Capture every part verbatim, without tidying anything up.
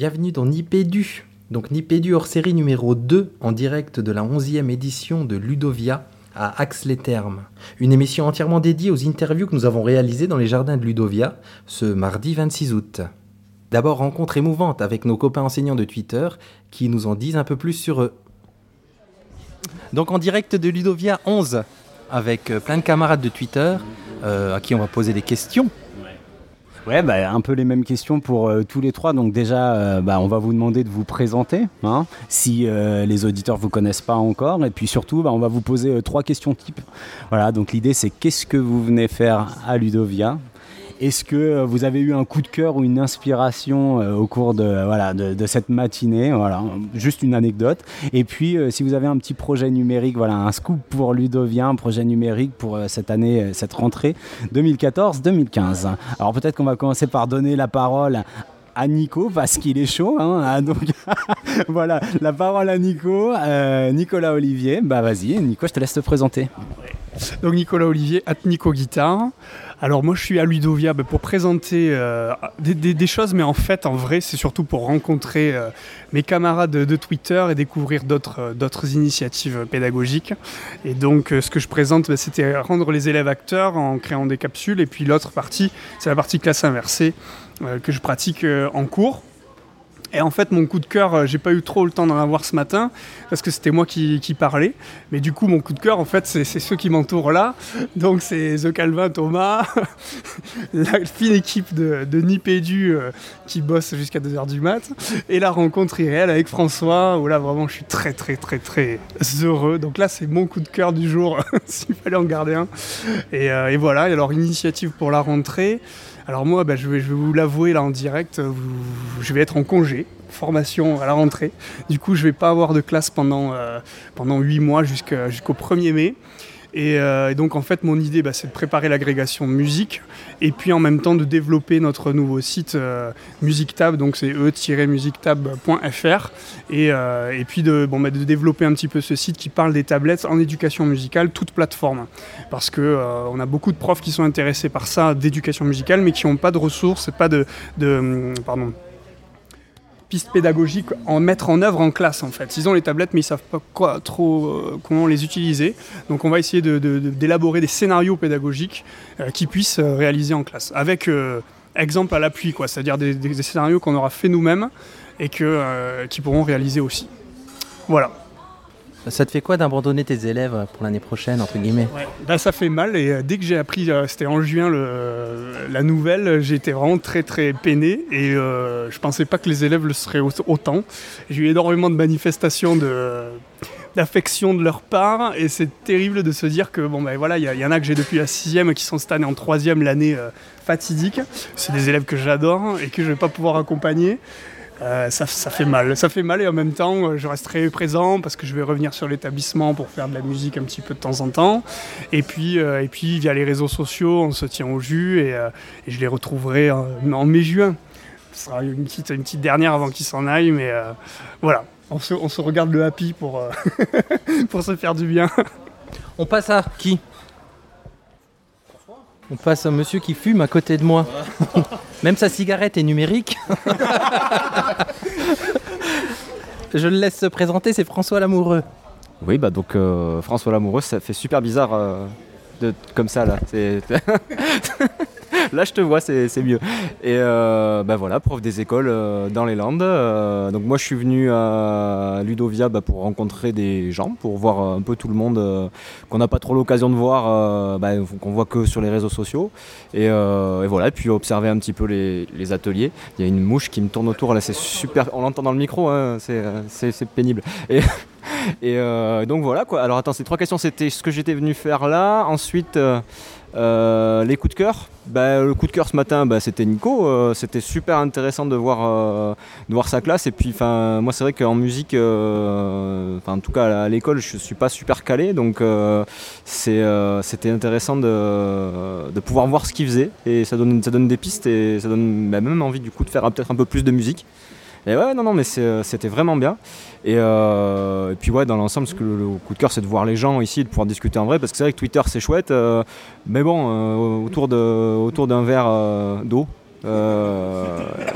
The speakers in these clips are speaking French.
bienvenue dans Nipédu. Donc Nipédu hors série numéro deux en direct de la onzième édition de Ludovia à Ax-les-Thermes. Une émission entièrement dédiée aux interviews que nous avons réalisées dans les jardins de Ludovia ce mardi vingt-six août. D'abord, rencontre émouvante avec nos copains enseignants de Twitter qui nous en disent un peu plus sur eux. Donc en direct de Ludovia onze avec plein de camarades de Twitter euh, à qui on va poser des questions. Ouais, bah, un peu les mêmes questions pour euh, tous les trois. Donc déjà, euh, bah, on va vous demander de vous présenter, hein, si euh, les auditeurs vous connaissent pas encore. Et puis surtout, bah, on va vous poser euh, trois questions types. Voilà, donc l'idée c'est qu'est-ce que vous venez faire à Ludovia ? Est-ce que euh, vous avez eu un coup de cœur ou une inspiration euh, au cours de, euh, voilà, de, de cette matinée ? Voilà, juste une anecdote. Et puis, euh, si vous avez un petit projet numérique, voilà, un scoop pour Ludovia, un projet numérique pour euh, cette année, euh, cette rentrée deux mille quatorze deux mille quinze. Alors peut-être qu'on va commencer par donner la parole à Nico, parce qu'il est chaud, hein, donc voilà, la parole à Nico, euh, Nicolas Olivier. Bah vas-y, Nico, je te laisse te présenter. Donc Nicolas Olivier, at Nico Guitare. Alors moi je suis à Ludovia bah, pour présenter euh, des, des, des choses, mais en fait, en vrai, c'est surtout pour rencontrer euh, mes camarades de, de Twitter et découvrir d'autres, euh, d'autres initiatives pédagogiques. Et donc euh, ce que je présente, bah, c'était rendre les élèves acteurs en créant des capsules. Et puis l'autre partie, c'est la partie classe inversée euh, que je pratique euh, en cours. Et en fait, mon coup de cœur, euh, j'ai pas eu trop le temps d'en avoir ce matin, parce que c'était moi qui, qui parlais. Mais du coup, mon coup de cœur, en fait, c'est, c'est ceux qui m'entourent là. Donc, c'est The Calvin, Thomas, la fine équipe de, de Nipédu euh, qui bosse jusqu'à deux heures du mat. Et la rencontre irréelle avec François, où là, vraiment, je suis très, très, très, très heureux. Donc là, c'est mon coup de cœur du jour, s'il fallait en garder un. Et, euh, et voilà, et alors, initiative pour la rentrée. Alors moi, bah, je, vais, je vais vous l'avouer là en direct, vous, je vais être en congé, formation à la rentrée. Du coup, je ne vais pas avoir de classe pendant, euh, pendant huit mois jusqu'à, jusqu'au premier mai. Et, euh, et donc en fait, mon idée, bah, c'est de préparer l'agrégation de musique et puis en même temps de développer notre nouveau site euh, MusicTab, donc c'est e tiret musictab point f r. Et, euh, et puis de, bon, bah, de développer un petit peu ce site qui parle des tablettes en éducation musicale, toute plateforme. Parce qu'on euh, a beaucoup de profs qui sont intéressés par ça, d'éducation musicale, mais qui n'ont pas de ressources, pas de... de pardon, pistes pédagogiques en mettre en œuvre en classe en fait. Ils ont les tablettes mais ils savent pas quoi, trop euh, comment les utiliser. Donc on va essayer de, de, de, d'élaborer des scénarios pédagogiques euh, qui puissent euh, réaliser en classe. Avec euh, exemple à l'appui, quoi, c'est-à-dire des, des, des scénarios qu'on aura fait nous-mêmes et que, euh, qui pourront réaliser aussi. Voilà. Ça te fait quoi d'abandonner tes élèves pour l'année prochaine, entre guillemets ? Ouais. Bah, ça fait mal et euh, dès que j'ai appris, euh, c'était en juin, le, euh, la nouvelle, j'étais vraiment très très peiné et euh, je pensais pas que les élèves le seraient autant. J'ai eu énormément de manifestations de, d'affection de leur part et c'est terrible de se dire que bon ben voilà, il y, y en a que j'ai depuis la sixième qui sont cette année en troisième, l'année euh, fatidique. C'est des élèves que j'adore et que je vais pas pouvoir accompagner. Euh, ça, ça fait mal, ça fait mal et en même temps je resterai présent parce que je vais revenir sur l'établissement pour faire de la musique un petit peu de temps en temps et puis, euh, et puis via les réseaux sociaux on se tient au jus et, euh, et je les retrouverai en, en mai-juin. Ce sera une petite, une petite dernière avant qu'ils s'en aillent mais euh, voilà, on se, on se regarde le happy pour, euh, pour se faire du bien. On passe à qui ? On passe à un monsieur qui fume à côté de moi. Même sa cigarette est numérique. Je le laisse se présenter, c'est François Lamoureux. Oui, bah donc euh, François Lamoureux, ça fait super bizarre euh, de, comme ça là. C'est... Là, je te vois, c'est, c'est mieux. Et euh, bah voilà, prof des écoles euh, dans les Landes. Euh, donc moi, je suis venu à Ludovia bah, pour rencontrer des gens, pour voir un peu tout le monde euh, qu'on n'a pas trop l'occasion de voir, euh, bah, qu'on voit que sur les réseaux sociaux. Et, euh, et voilà, et puis observer un petit peu les, les ateliers. Il y a une mouche qui me tourne autour, là, c'est super. On l'entend dans le micro, hein, c'est, c'est, c'est pénible. Et, et euh, donc voilà quoi. Alors attends, ces trois questions, c'était ce que j'étais venu faire là. Ensuite. Euh, Euh, les coups de cœur, bah, le coup de cœur ce matin bah, c'était Nico, euh, c'était super intéressant de voir, euh, de voir sa classe et puis moi c'est vrai qu'en musique, euh, en tout cas à l'école je suis pas super calé donc euh, c'est, euh, c'était intéressant de, de pouvoir voir ce qu'il faisait et ça donne, ça donne des pistes et ça donne bah, même envie du coup de faire peut-être un peu plus de musique. Et ouais, non, non, mais c'est, c'était vraiment bien. Et, euh, et puis ouais, dans l'ensemble, ce que le, le coup de cœur, c'est de voir les gens ici, de pouvoir discuter en vrai, parce que c'est vrai que Twitter, c'est chouette, euh, mais bon, euh, autour, de, autour d'un verre euh, d'eau, euh,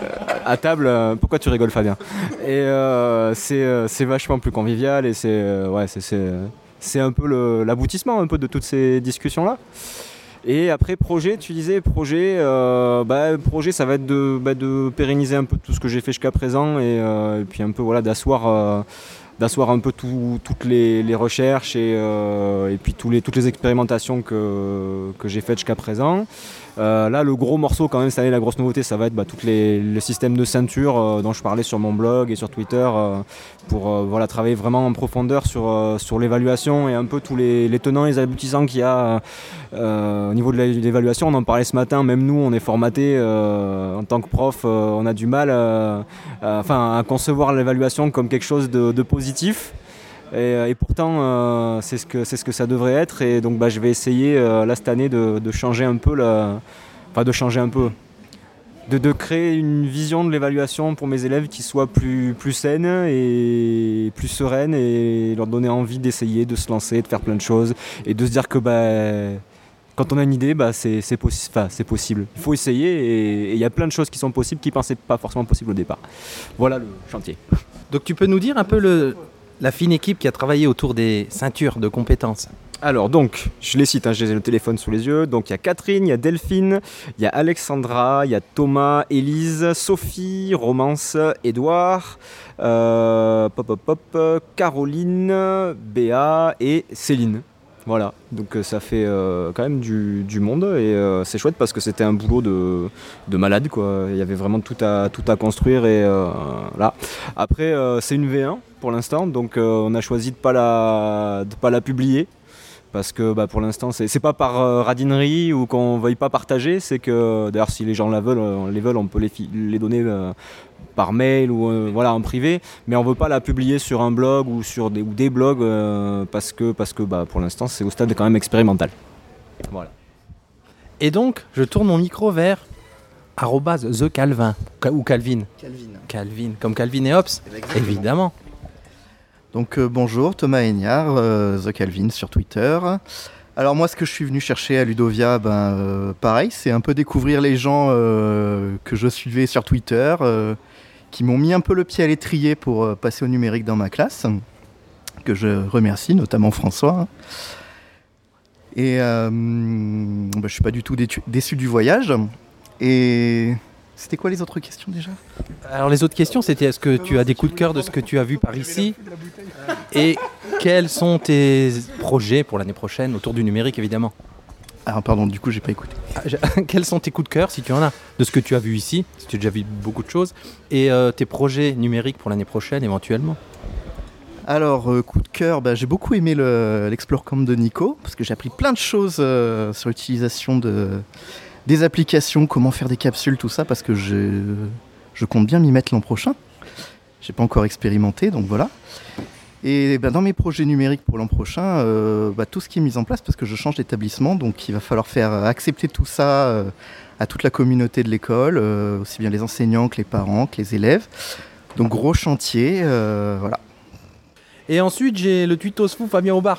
à table, euh, pourquoi tu rigoles Fabien? Et euh, c'est, euh, c'est vachement plus convivial et c'est, euh, ouais, c'est, c'est, c'est un peu le, l'aboutissement un peu de toutes ces discussions-là. Et après projet, tu disais projet, euh, bah, projet ça va être de, bah, de pérenniser un peu tout ce que j'ai fait jusqu'à présent et, euh, et puis un peu voilà, d'asseoir, euh, d'asseoir un peu tout, toutes les, les recherches et, euh, et puis tous les, toutes les expérimentations que, que j'ai faites jusqu'à présent. Euh, là, le gros morceau, quand même, cette année, la grosse nouveauté, ça va être bah, tout le système de ceinture euh, dont je parlais sur mon blog et sur Twitter euh, pour euh, voilà, travailler vraiment en profondeur sur, euh, sur l'évaluation et un peu tous les, les tenants et les aboutissants qu'il y a euh, au niveau de l'évaluation. On en parlait ce matin, même nous, on est formatés euh, en tant que prof, euh, on a du mal euh, à, enfin, à concevoir l'évaluation comme quelque chose de, de positif. Et, et pourtant euh, c'est, ce que, c'est ce que ça devrait être et donc bah, je vais essayer euh, là cette année de, de changer un peu la... enfin de changer un peu de, de créer une vision de l'évaluation pour mes élèves qui soit plus, plus saine et plus sereine et leur donner envie d'essayer, de se lancer, de faire plein de choses et de se dire que bah, quand on a une idée, bah, c'est, c'est, possi- enfin, c'est possible. Il faut essayer et il y a plein de choses qui sont possibles qui ne pensaient pas forcément possibles au départ. Voilà le chantier. Donc tu peux nous dire un peu le... la fine équipe qui a travaillé autour des ceintures de compétences. Alors donc, je les cite, hein, j'ai le téléphone sous les yeux. Donc il y a Catherine, il y a Delphine, il y a Alexandra, il y a Thomas, Élise, Sophie, Romance, Édouard, euh, pop, pop, pop, Caroline, Béa et Céline. Voilà, donc euh, ça fait euh, quand même du, du monde et euh, c'est chouette parce que c'était un boulot de, de malade quoi. Il y avait vraiment tout à, tout à construire et euh, là. Après euh, c'est une V un pour l'instant, donc euh, on a choisi de ne pas la, de pas la publier parce que bah, pour l'instant c'est, c'est pas par euh, radinerie ou qu'on ne veuille pas partager, c'est que d'ailleurs si les gens la veulent, on, les veulent on peut les, fi- les donner euh, par mail ou euh, voilà, en privé, mais on ne veut pas la publier sur un blog ou sur des, ou des blogs euh, parce que, parce que bah, pour l'instant c'est au stade quand même expérimental. Voilà. Et donc, je tourne mon micro vers arobase The Calvin ou Calvin. Calvin. Calvin, comme Calvin et Hobbes, Exactement. évidemment. Donc euh, bonjour, Thomas Aignard, euh, The Calvin sur Twitter. Alors moi, ce que je suis venu chercher à Ludovia, ben, euh, pareil, c'est un peu découvrir les gens euh, que je suivais sur Twitter, euh, qui m'ont mis un peu le pied à l'étrier pour euh, passer au numérique dans ma classe, que je remercie, notamment François. Et euh, ben, je ne suis pas du tout déçu, déçu du voyage. Et c'était quoi les autres questions déjà ? Alors les autres questions, c'était est-ce que tu as des coups de cœur de ce que tu as vu par ici ? Et quels sont tes projets pour l'année prochaine, autour du numérique évidemment ? Ah pardon, du coup j'ai pas écouté. Quels sont tes coups de cœur, si tu en as, de ce que tu as vu ici, si tu as déjà vu beaucoup de choses, et euh, tes projets numériques pour l'année prochaine éventuellement ? Alors, euh, coup de cœur, bah, j'ai beaucoup aimé le, l'Explore Camp de Nico, parce que j'ai appris plein de choses euh, sur l'utilisation de, des applications, comment faire des capsules, tout ça, parce que je, je compte bien m'y mettre l'an prochain. J'ai pas encore expérimenté, donc voilà. Et bah, dans mes projets numériques pour l'an prochain, euh, bah, tout ce qui est mis en place, parce que je change d'établissement, donc il va falloir faire accepter tout ça euh, à toute la communauté de l'école, euh, aussi bien les enseignants que les parents, que les élèves. Donc gros chantier, euh, voilà. Et ensuite, j'ai le tutos fou Fabien Aubart.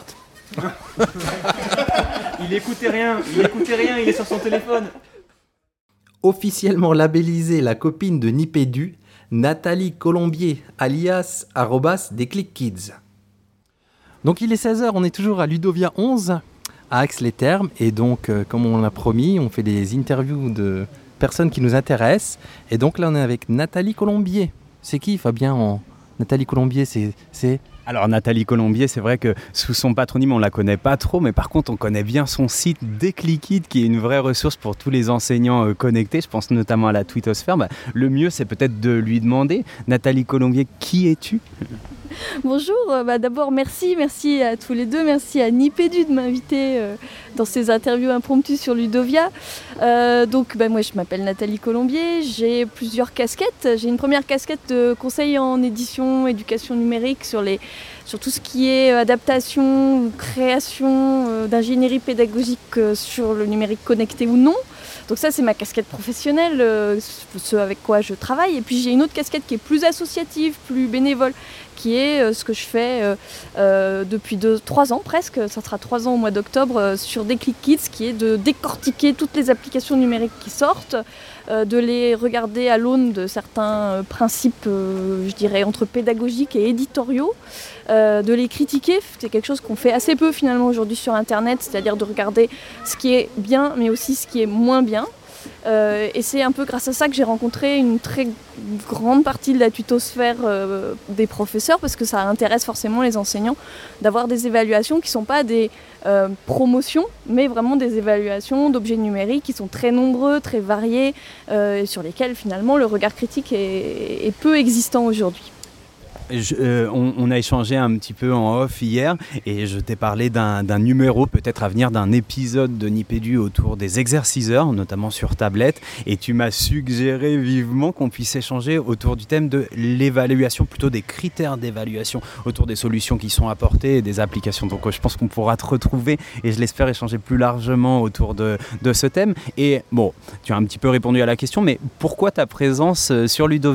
Il écoutait rien, il écoutait rien, il est sur son téléphone. Officiellement labellisée la copine de Nipédu, Nathalie Colombier, alias arrobas Déclic Kids. Donc il est seize heures, on est toujours à Ludovia onze, à Ax-les-Thermes. Et donc, euh, comme on l'a promis, on fait des interviews de personnes qui nous intéressent. Et donc là, on est avec Nathalie Colombier. C'est qui, Fabien en... Nathalie Colombier, c'est... c'est... Alors Nathalie Colombier, c'est vrai que sous son patronyme, on la connaît pas trop, mais par contre, on connaît bien son site Déclic Kids, qui est une vraie ressource pour tous les enseignants euh, connectés. Je pense notamment à la twittosphère. Bah, le mieux, c'est peut-être de lui demander, Nathalie Colombier, qui es-tu ? Bonjour, euh, bah d'abord merci, merci à tous les deux, merci à Nipédu de m'inviter euh, dans ces interviews impromptues sur Ludovia. Euh, donc bah, moi je m'appelle Nathalie Colombier, j'ai plusieurs casquettes. J'ai une première casquette de conseil en édition, éducation numérique sur, les, sur tout ce qui est adaptation ou création euh, d'ingénierie pédagogique euh, sur le numérique connecté ou non. Donc ça c'est ma casquette professionnelle, euh, ce avec quoi je travaille. Et puis j'ai une autre casquette qui est plus associative, plus bénévole, qui est euh, ce que je fais euh, euh, depuis deux, trois ans presque, ça sera trois ans au mois d'octobre, euh, sur Déclic Kids, qui est de décortiquer toutes les applications numériques qui sortent, euh, de les regarder à l'aune de certains euh, principes, euh, je dirais, entre pédagogiques et éditoriaux, euh, de les critiquer. C'est quelque chose qu'on fait assez peu finalement aujourd'hui sur Internet, c'est-à-dire de regarder ce qui est bien, mais aussi ce qui est moins bien. Euh, et c'est un peu grâce à ça que j'ai rencontré une très grande partie de la tutosphère euh, des professeurs, parce que ça intéresse forcément les enseignants d'avoir des évaluations qui ne sont pas des euh, promotions, mais vraiment des évaluations d'objets numériques qui sont très nombreux, très variés, euh, et sur lesquels finalement le regard critique est, est peu existant aujourd'hui. Je, euh, on, on a échangé un petit peu en off hier et je t'ai parlé d'un, d'un numéro peut-être à venir, d'un épisode de Nipédu autour des exerciceurs, notamment sur tablette, et tu m'as suggéré vivement qu'on puisse échanger autour du thème de l'évaluation, plutôt des critères d'évaluation, autour des solutions qui sont apportées et des applications. Donc je pense qu'on pourra te retrouver et je l'espère échanger plus largement autour de, de ce thème. Et bon, tu as un petit peu répondu à la question, mais pourquoi ta présence sur Ludovia ?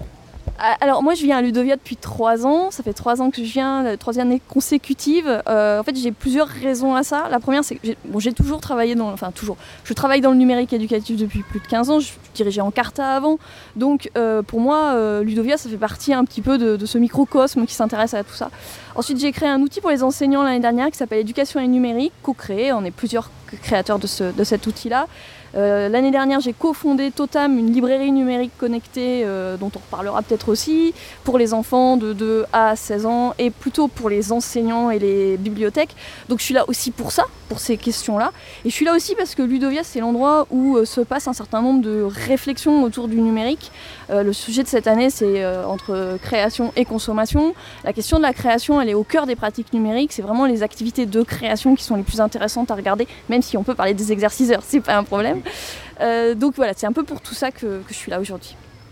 Alors moi je viens à Ludovia depuis trois ans, ça fait trois ans que je viens, la troisième année consécutive. Euh, en fait j'ai plusieurs raisons à ça. La première c'est que j'ai, bon, j'ai toujours travaillé dans, enfin toujours, je travaille dans le numérique éducatif depuis plus de quinze ans, je dirigeais en Carta avant. Donc euh, pour moi euh, Ludovia ça fait partie un petit peu de, de ce microcosme qui s'intéresse à tout ça. Ensuite j'ai créé un outil pour les enseignants l'année dernière qui s'appelle Éducation et numérique, co-créé, on est plusieurs créateurs de, ce, de cet outil-là. Euh, l'année dernière, j'ai cofondé Totam, une librairie numérique connectée euh, dont on reparlera peut-être aussi, pour les enfants de deux à seize ans et plutôt pour les enseignants et les bibliothèques. Donc je suis là aussi pour ça, pour ces questions-là. Et je suis là aussi parce que Ludovia, c'est l'endroit où euh, se passe un certain nombre de réflexions autour du numérique. Euh, le sujet de cette année, c'est euh, entre création et consommation. La question de la création, elle est au cœur des pratiques numériques. C'est vraiment les activités de création qui sont les plus intéressantes à regarder, même si on peut parler des exerciceurs, c'est pas un problème. Euh, donc voilà, c'est un peu pour tout ça que, que je suis là aujourd'hui.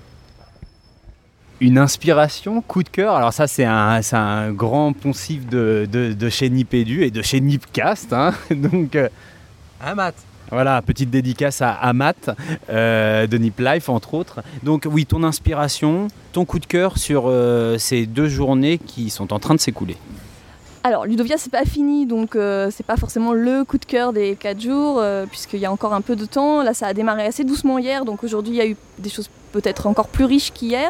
Une inspiration, coup de cœur. Alors ça, c'est un, c'est un grand poncif de, de, de chez Nipédu et de chez Nipcast. Hein. Donc, euh, Amat. Voilà, petite dédicace à Amat euh, de Nip Life, entre autres. Donc oui, ton inspiration, ton coup de cœur sur euh, ces deux journées qui sont en train de s'écouler. Alors Ludovia c'est pas fini, donc euh, c'est pas forcément le coup de cœur des quatre jours, euh, puisqu'il y a encore un peu de temps. Là ça a démarré assez doucement hier, donc aujourd'hui il y a eu des choses peut-être encore plus riches qu'hier.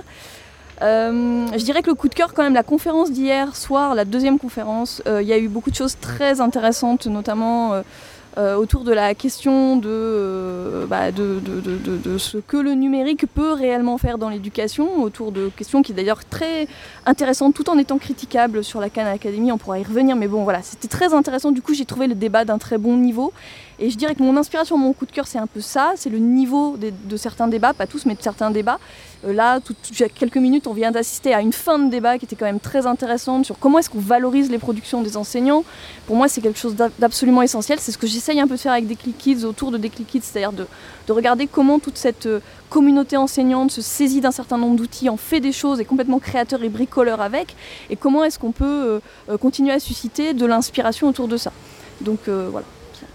Euh, je dirais que le coup de cœur quand même, la conférence d'hier soir, la deuxième conférence, euh, il y a eu beaucoup de choses très intéressantes, notamment euh, euh, autour de la question de, euh, bah, de, de, de, de, de ce que le numérique peut réellement faire dans l'éducation, autour de questions qui d'ailleurs très intéressantes tout en étant critiquables sur la Khan Academy, on pourra y revenir, mais bon voilà, c'était très intéressant, du coup j'ai trouvé le débat d'un très bon niveau. Et je dirais que mon inspiration, mon coup de cœur, c'est un peu ça, c'est le niveau de, de certains débats, pas tous, mais de certains débats. Euh, là, tout, tout, il y a quelques minutes, on vient d'assister à une fin de débat qui était quand même très intéressante sur comment est-ce qu'on valorise les productions des enseignants. Pour moi, c'est quelque chose d'absolument essentiel. C'est ce que j'essaye un peu de faire avec Déclic Kids, autour de Déclic Kids, c'est-à-dire de, de regarder comment toute cette communauté enseignante se saisit d'un certain nombre d'outils, en fait des choses, est complètement créateur et bricoleur avec, et comment est-ce qu'on peut euh, continuer à susciter de l'inspiration autour de ça. Donc euh, voilà.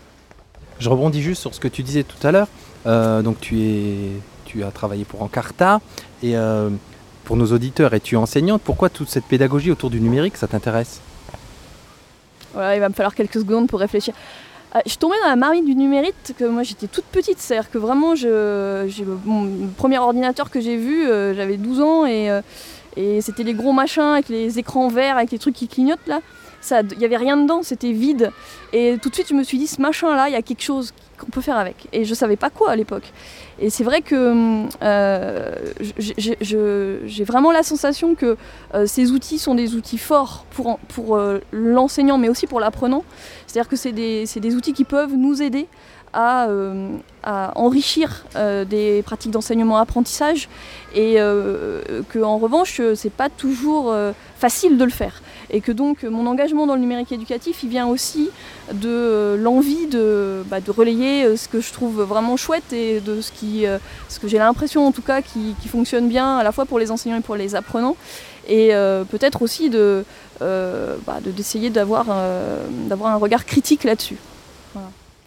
Je rebondis juste sur ce que tu disais tout à l'heure. Euh, donc tu, es, tu as travaillé pour Encarta et euh, pour nos auditeurs, es-tu enseignante ? Pourquoi toute cette pédagogie autour du numérique, ça t'intéresse ? Voilà, il va me falloir quelques secondes pour réfléchir. Euh, je tombais dans la marmite du numérique, que moi j'étais toute petite, c'est-à-dire que vraiment, je, j'ai, mon premier ordinateur que j'ai vu, euh, j'avais douze ans et, euh, et c'était les gros machins avec les écrans verts, avec les trucs qui clignotent là. Il n'y avait rien dedans, c'était vide. Et tout de suite, je me suis dit, ce machin-là, il y a quelque chose qu'on peut faire avec. Et je ne savais pas quoi à l'époque. Et c'est vrai que euh, j'ai, je, j'ai vraiment la sensation que euh, ces outils sont des outils forts pour, pour euh, l'enseignant, mais aussi pour l'apprenant. C'est-à-dire que c'est des, c'est des outils qui peuvent nous aider à, euh, à enrichir euh, des pratiques d'enseignement-apprentissage et euh, qu'en revanche, c'est pas toujours euh, facile de le faire. Et que donc mon engagement dans le numérique éducatif, il vient aussi de euh, l'envie de, bah, de relayer euh, ce que je trouve vraiment chouette et de ce, qui, euh, ce que j'ai l'impression en tout cas qui, qui fonctionne bien à la fois pour les enseignants et pour les apprenants. Et euh, peut-être aussi de, euh, bah, de, d'essayer d'avoir, euh, d'avoir un regard critique là-dessus. Voilà.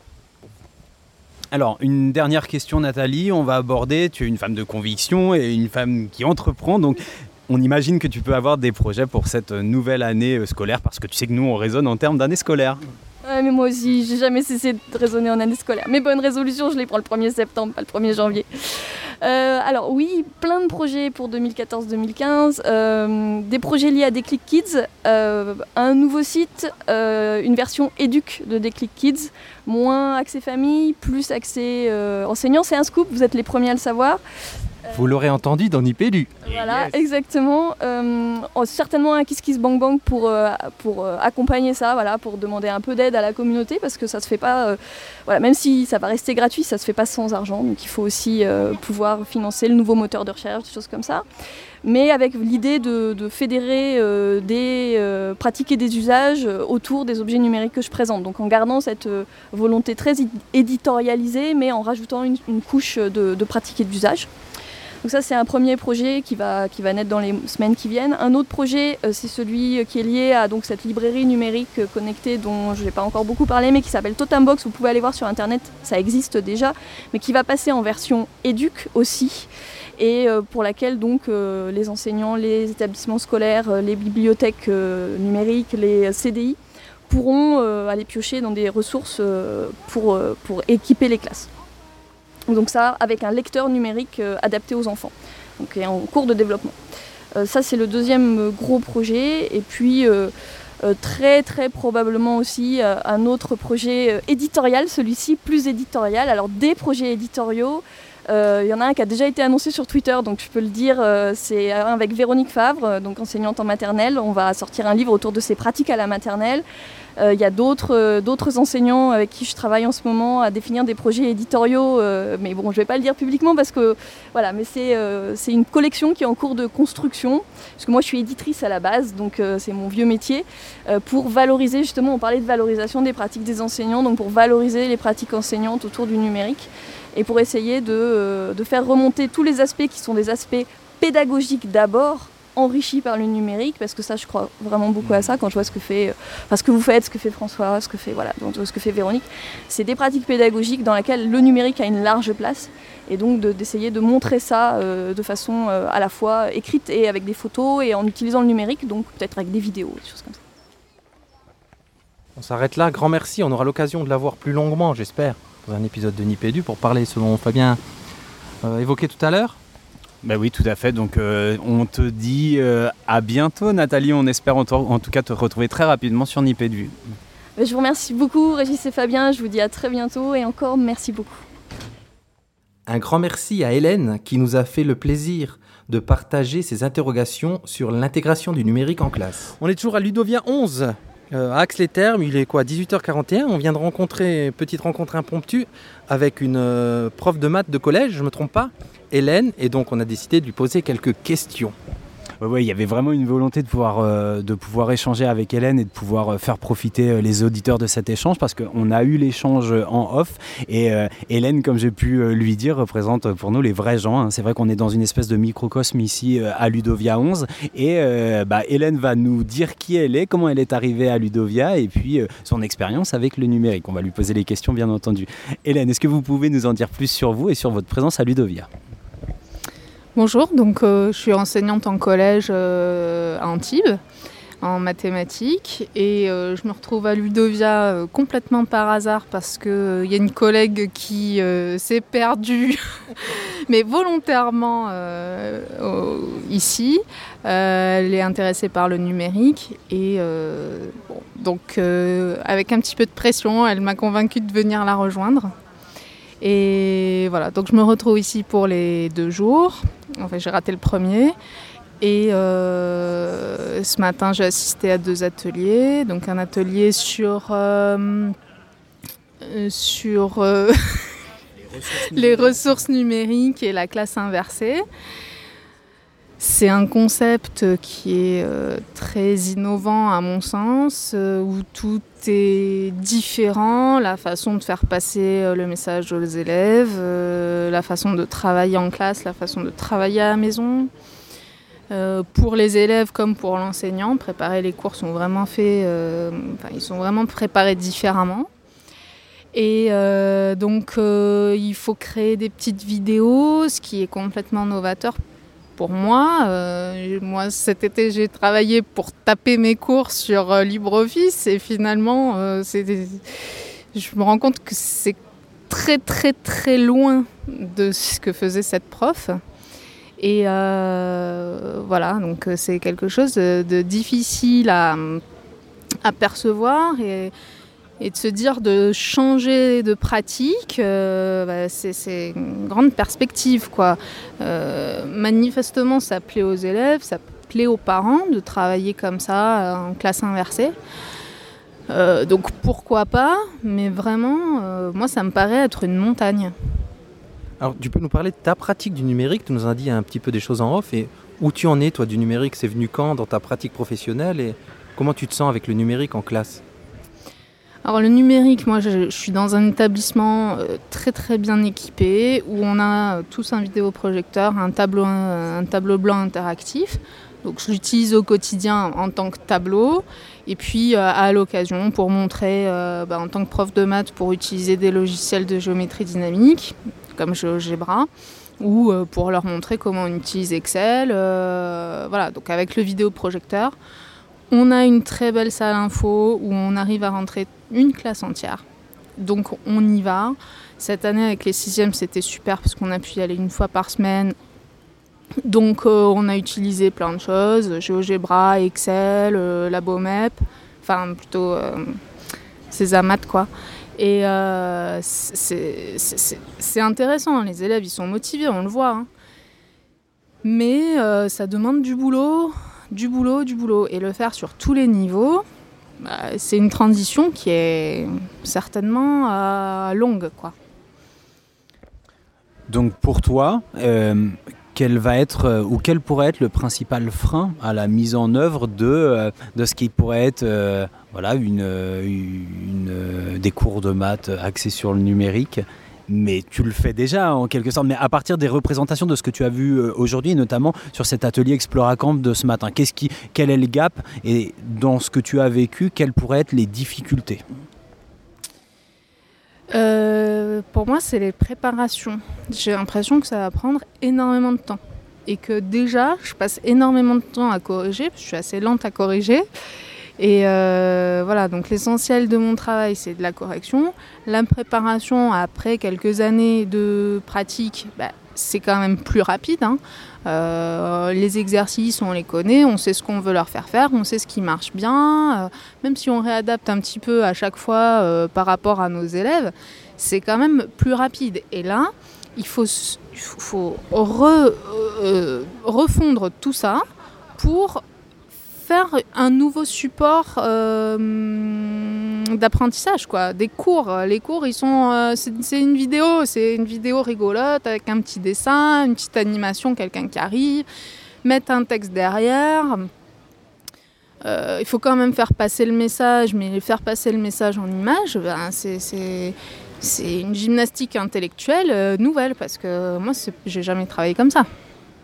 Alors, une dernière question, Nathalie, on va aborder, tu es une femme de conviction et une femme qui entreprend, donc on imagine que tu peux avoir des projets pour cette nouvelle année euh, scolaire, parce que tu sais que nous, on raisonne en termes d'année scolaire. Ouais, mais moi aussi, j'ai jamais cessé de raisonner en année scolaire. Mes bonnes résolutions, je les prends le premier septembre, pas le premier janvier. Euh, alors oui, plein de projets pour deux mille quatorze deux mille quinze, euh, des projets liés à Déclic Kids, euh, un nouveau site, euh, une version éduc de Déclic Kids, moins accès famille, plus accès euh, enseignants. C'est un scoop, vous êtes les premiers à le savoir. Vous l'aurez entendu dans Nipédu. Voilà, yes. Exactement. Euh, certainement un Kiss Kiss Bang Bang pour, euh, pour euh, accompagner ça, voilà, pour demander un peu d'aide à la communauté, parce que ça se fait pas, euh, voilà, même si ça va rester gratuit, ça se fait pas sans argent, donc il faut aussi euh, pouvoir financer le nouveau moteur de recherche, des choses comme ça. Mais avec l'idée de, de fédérer euh, des euh, pratiques et des usages autour des objets numériques que je présente. Donc en gardant cette euh, volonté très éditorialisée, mais en rajoutant une, une couche de, de pratiques et d'usages. Donc ça, c'est un premier projet qui va, qui va naître dans les semaines qui viennent. Un autre projet, euh, c'est celui qui est lié à donc, cette librairie numérique euh, connectée dont je n'ai pas encore beaucoup parlé, mais qui s'appelle Totembox. Vous pouvez aller voir sur Internet, ça existe déjà, mais qui va passer en version éduc aussi, et euh, pour laquelle donc, euh, les enseignants, les établissements scolaires, euh, les bibliothèques euh, numériques, les C D I pourront euh, aller piocher dans des ressources euh, pour, euh, pour équiper les classes. Donc ça, avec un lecteur numérique euh, adapté aux enfants, donc en cours de développement. Euh, ça, c'est le deuxième euh, gros projet. Et puis, euh, euh, très très probablement aussi, euh, un autre projet euh, éditorial, celui-ci plus éditorial. Alors, des projets éditoriaux, il euh, y en a un qui a déjà été annoncé sur Twitter, donc je peux le dire, euh, c'est un avec Véronique Favre, donc enseignante en maternelle. On va sortir un livre autour de ses pratiques à la maternelle. Il euh, y a d'autres, euh, d'autres enseignants avec qui je travaille en ce moment à définir des projets éditoriaux, euh, mais bon, je ne vais pas le dire publiquement parce que voilà, mais c'est, euh, c'est une collection qui est en cours de construction, parce que moi je suis éditrice à la base, donc euh, c'est mon vieux métier, euh, pour valoriser, justement, on parlait de valorisation des pratiques des enseignants, donc pour valoriser les pratiques enseignantes autour du numérique, et pour essayer de, euh, de faire remonter tous les aspects qui sont des aspects pédagogiques d'abord, enrichi par le numérique, parce que ça, je crois vraiment beaucoup à ça quand je vois ce que fait, enfin, ce que vous faites, ce que fait François, ce que fait voilà, donc, ce que fait Véronique. C'est des pratiques pédagogiques dans lesquelles le numérique a une large place, et donc de, d'essayer de montrer ça euh, de façon euh, à la fois écrite et avec des photos et en utilisant le numérique, donc peut-être avec des vidéos, des choses comme ça. On s'arrête là. Grand merci. On aura l'occasion de la voir plus longuement, j'espère, dans un épisode de Nipédu pour parler, selon Fabien euh, évoqué tout à l'heure. Ben oui, tout à fait. Donc, euh, on te dit euh, à bientôt, Nathalie. On espère en, to- en tout cas te retrouver très rapidement sur Nipédu. Je vous remercie beaucoup, Régis et Fabien. Je vous dis à très bientôt et encore merci beaucoup. Un grand merci à Hélène qui nous a fait le plaisir de partager ses interrogations sur l'intégration du numérique en classe. On est toujours à Ludovia onze, euh, à Ax-les-Thermes. Il est quoi, dix-huit heures quarante et un. On vient de rencontrer, petite rencontre impromptue, avec une euh, prof de maths de collège, je ne me trompe pas, Hélène, et donc on a décidé de lui poser quelques questions. Ouais, ouais, il y avait vraiment une volonté de pouvoir, euh, de pouvoir échanger avec Hélène et de pouvoir euh, faire profiter euh, les auditeurs de cet échange, parce qu'on a eu l'échange en off, et euh, Hélène, comme j'ai pu euh, lui dire, représente pour nous les vrais gens, hein. C'est vrai qu'on est dans une espèce de microcosme ici euh, à Ludovia onze, et euh, bah, Hélène va nous dire qui elle est, comment elle est arrivée à Ludovia, et puis euh, son expérience avec le numérique. On va lui poser les questions, bien entendu. Hélène, est-ce que vous pouvez nous en dire plus sur vous et sur votre présence à Ludovia ? Bonjour, donc euh, je suis enseignante en collège euh, à Antibes, en mathématiques, et euh, je me retrouve à Ludovia euh, complètement par hasard parce qu'il euh, y a une collègue qui euh, s'est perdue, mais volontairement euh, euh, ici. Euh, elle est intéressée par le numérique, et euh, bon, donc euh, avec un petit peu de pression, elle m'a convaincue de venir la rejoindre. Et voilà, donc je me retrouve ici pour les deux jours. Enfin, j'ai raté le premier. Et euh, ce matin, j'ai assisté à deux ateliers. Donc un atelier sur, euh, sur euh, les ressources numériques et la classe inversée. C'est un concept qui est euh, très innovant à mon sens, euh, où tout est différent, la façon de faire passer euh, le message aux élèves, euh, la façon de travailler en classe, la façon de travailler à la maison. Euh, pour les élèves comme pour l'enseignant, préparer les cours sont vraiment faits, euh, enfin, ils sont vraiment préparés différemment. Et euh, donc euh, il faut créer des petites vidéos, ce qui est complètement novateur pour moi. Euh, moi, cet été, j'ai travaillé pour taper mes cours sur euh, LibreOffice et finalement, euh, c'est des... je me rends compte que c'est très, très, très loin de ce que faisait cette prof. Et euh, voilà, donc c'est quelque chose de, de difficile à, à percevoir et, et de se dire de changer de pratique, euh, bah, c'est, c'est une grande perspective, quoi. Euh, manifestement, ça plaît aux élèves, ça plaît aux parents de travailler comme ça en classe inversée. Euh, donc pourquoi pas, mais vraiment, euh, moi ça me paraît être une montagne. Alors, tu peux nous parler de ta pratique du numérique? Tu nous as dit un petit peu des choses en off. Et où tu en es, toi, du numérique? C'est venu quand dans ta pratique professionnelle? Et comment tu te sens avec le numérique en classe? Alors, le numérique, moi, je, je suis dans un établissement euh, très, très bien équipé où on a euh, tous un vidéoprojecteur, un tableau, un, un tableau blanc interactif. Donc, je l'utilise au quotidien en tant que tableau. Et puis, euh, à l'occasion, pour montrer, euh, bah, en tant que prof de maths, pour utiliser des logiciels de géométrie dynamique, comme GeoGebra, ou euh, pour leur montrer comment on utilise Excel. Euh, voilà, donc avec le vidéoprojecteur, on a une très belle salle info où on arrive à rentrer une classe entière. Donc on y va. Cette année, avec les sixièmes, c'était super parce qu'on a pu y aller une fois par semaine. Donc euh, on a utilisé plein de choses, GeoGebra, Excel, euh, LaboMep, enfin plutôt euh, Césamat, quoi. Et euh, c'est, c'est, c'est, c'est intéressant, les élèves ils sont motivés, on le voit. Hein. Mais euh, ça demande du boulot, du boulot, du boulot. Et le faire sur tous les niveaux, bah, c'est une transition qui est certainement euh, longue, quoi. Donc pour toi, euh, quel va être euh, ou quel pourrait être le principal frein à la mise en œuvre de, euh, de ce qui pourrait être euh, voilà, une, une, euh, des cours de maths axés sur le numérique? Mais tu le fais déjà en quelque sorte, mais à partir des représentations de ce que tu as vu euh, aujourd'hui, et notamment sur cet atelier Exploracamp de ce matin. Qu'est-ce qui, quel est le gap? Et dans ce que tu as vécu, quelles pourraient être les difficultés? Euh, pour moi, c'est les préparations. J'ai l'impression que ça va prendre énormément de temps. Et que déjà, je passe énormément de temps à corriger, parce que je suis assez lente à corriger. Et euh, voilà, donc l'essentiel de mon travail, c'est de la correction. La préparation, après quelques années de pratique, bah, c'est quand même plus rapide. Hein. Euh, les exercices, on les connaît, on sait ce qu'on veut leur faire faire, on sait ce qui marche bien. Euh, même si on réadapte un petit peu à chaque fois euh, par rapport à nos élèves, c'est quand même plus rapide. Et là, il faut, il faut re, euh, refondre tout ça pour faire un nouveau support euh, d'apprentissage, quoi. Des cours. Les cours, ils sont, euh, c'est, c'est une vidéo, c'est une vidéo rigolote avec un petit dessin, une petite animation, quelqu'un qui arrive, mettre un texte derrière. Euh, il faut quand même faire passer le message, mais faire passer le message en image, ben, c'est, c'est, c'est une gymnastique intellectuelle euh, nouvelle, parce que moi, c'est, j'ai jamais travaillé comme ça.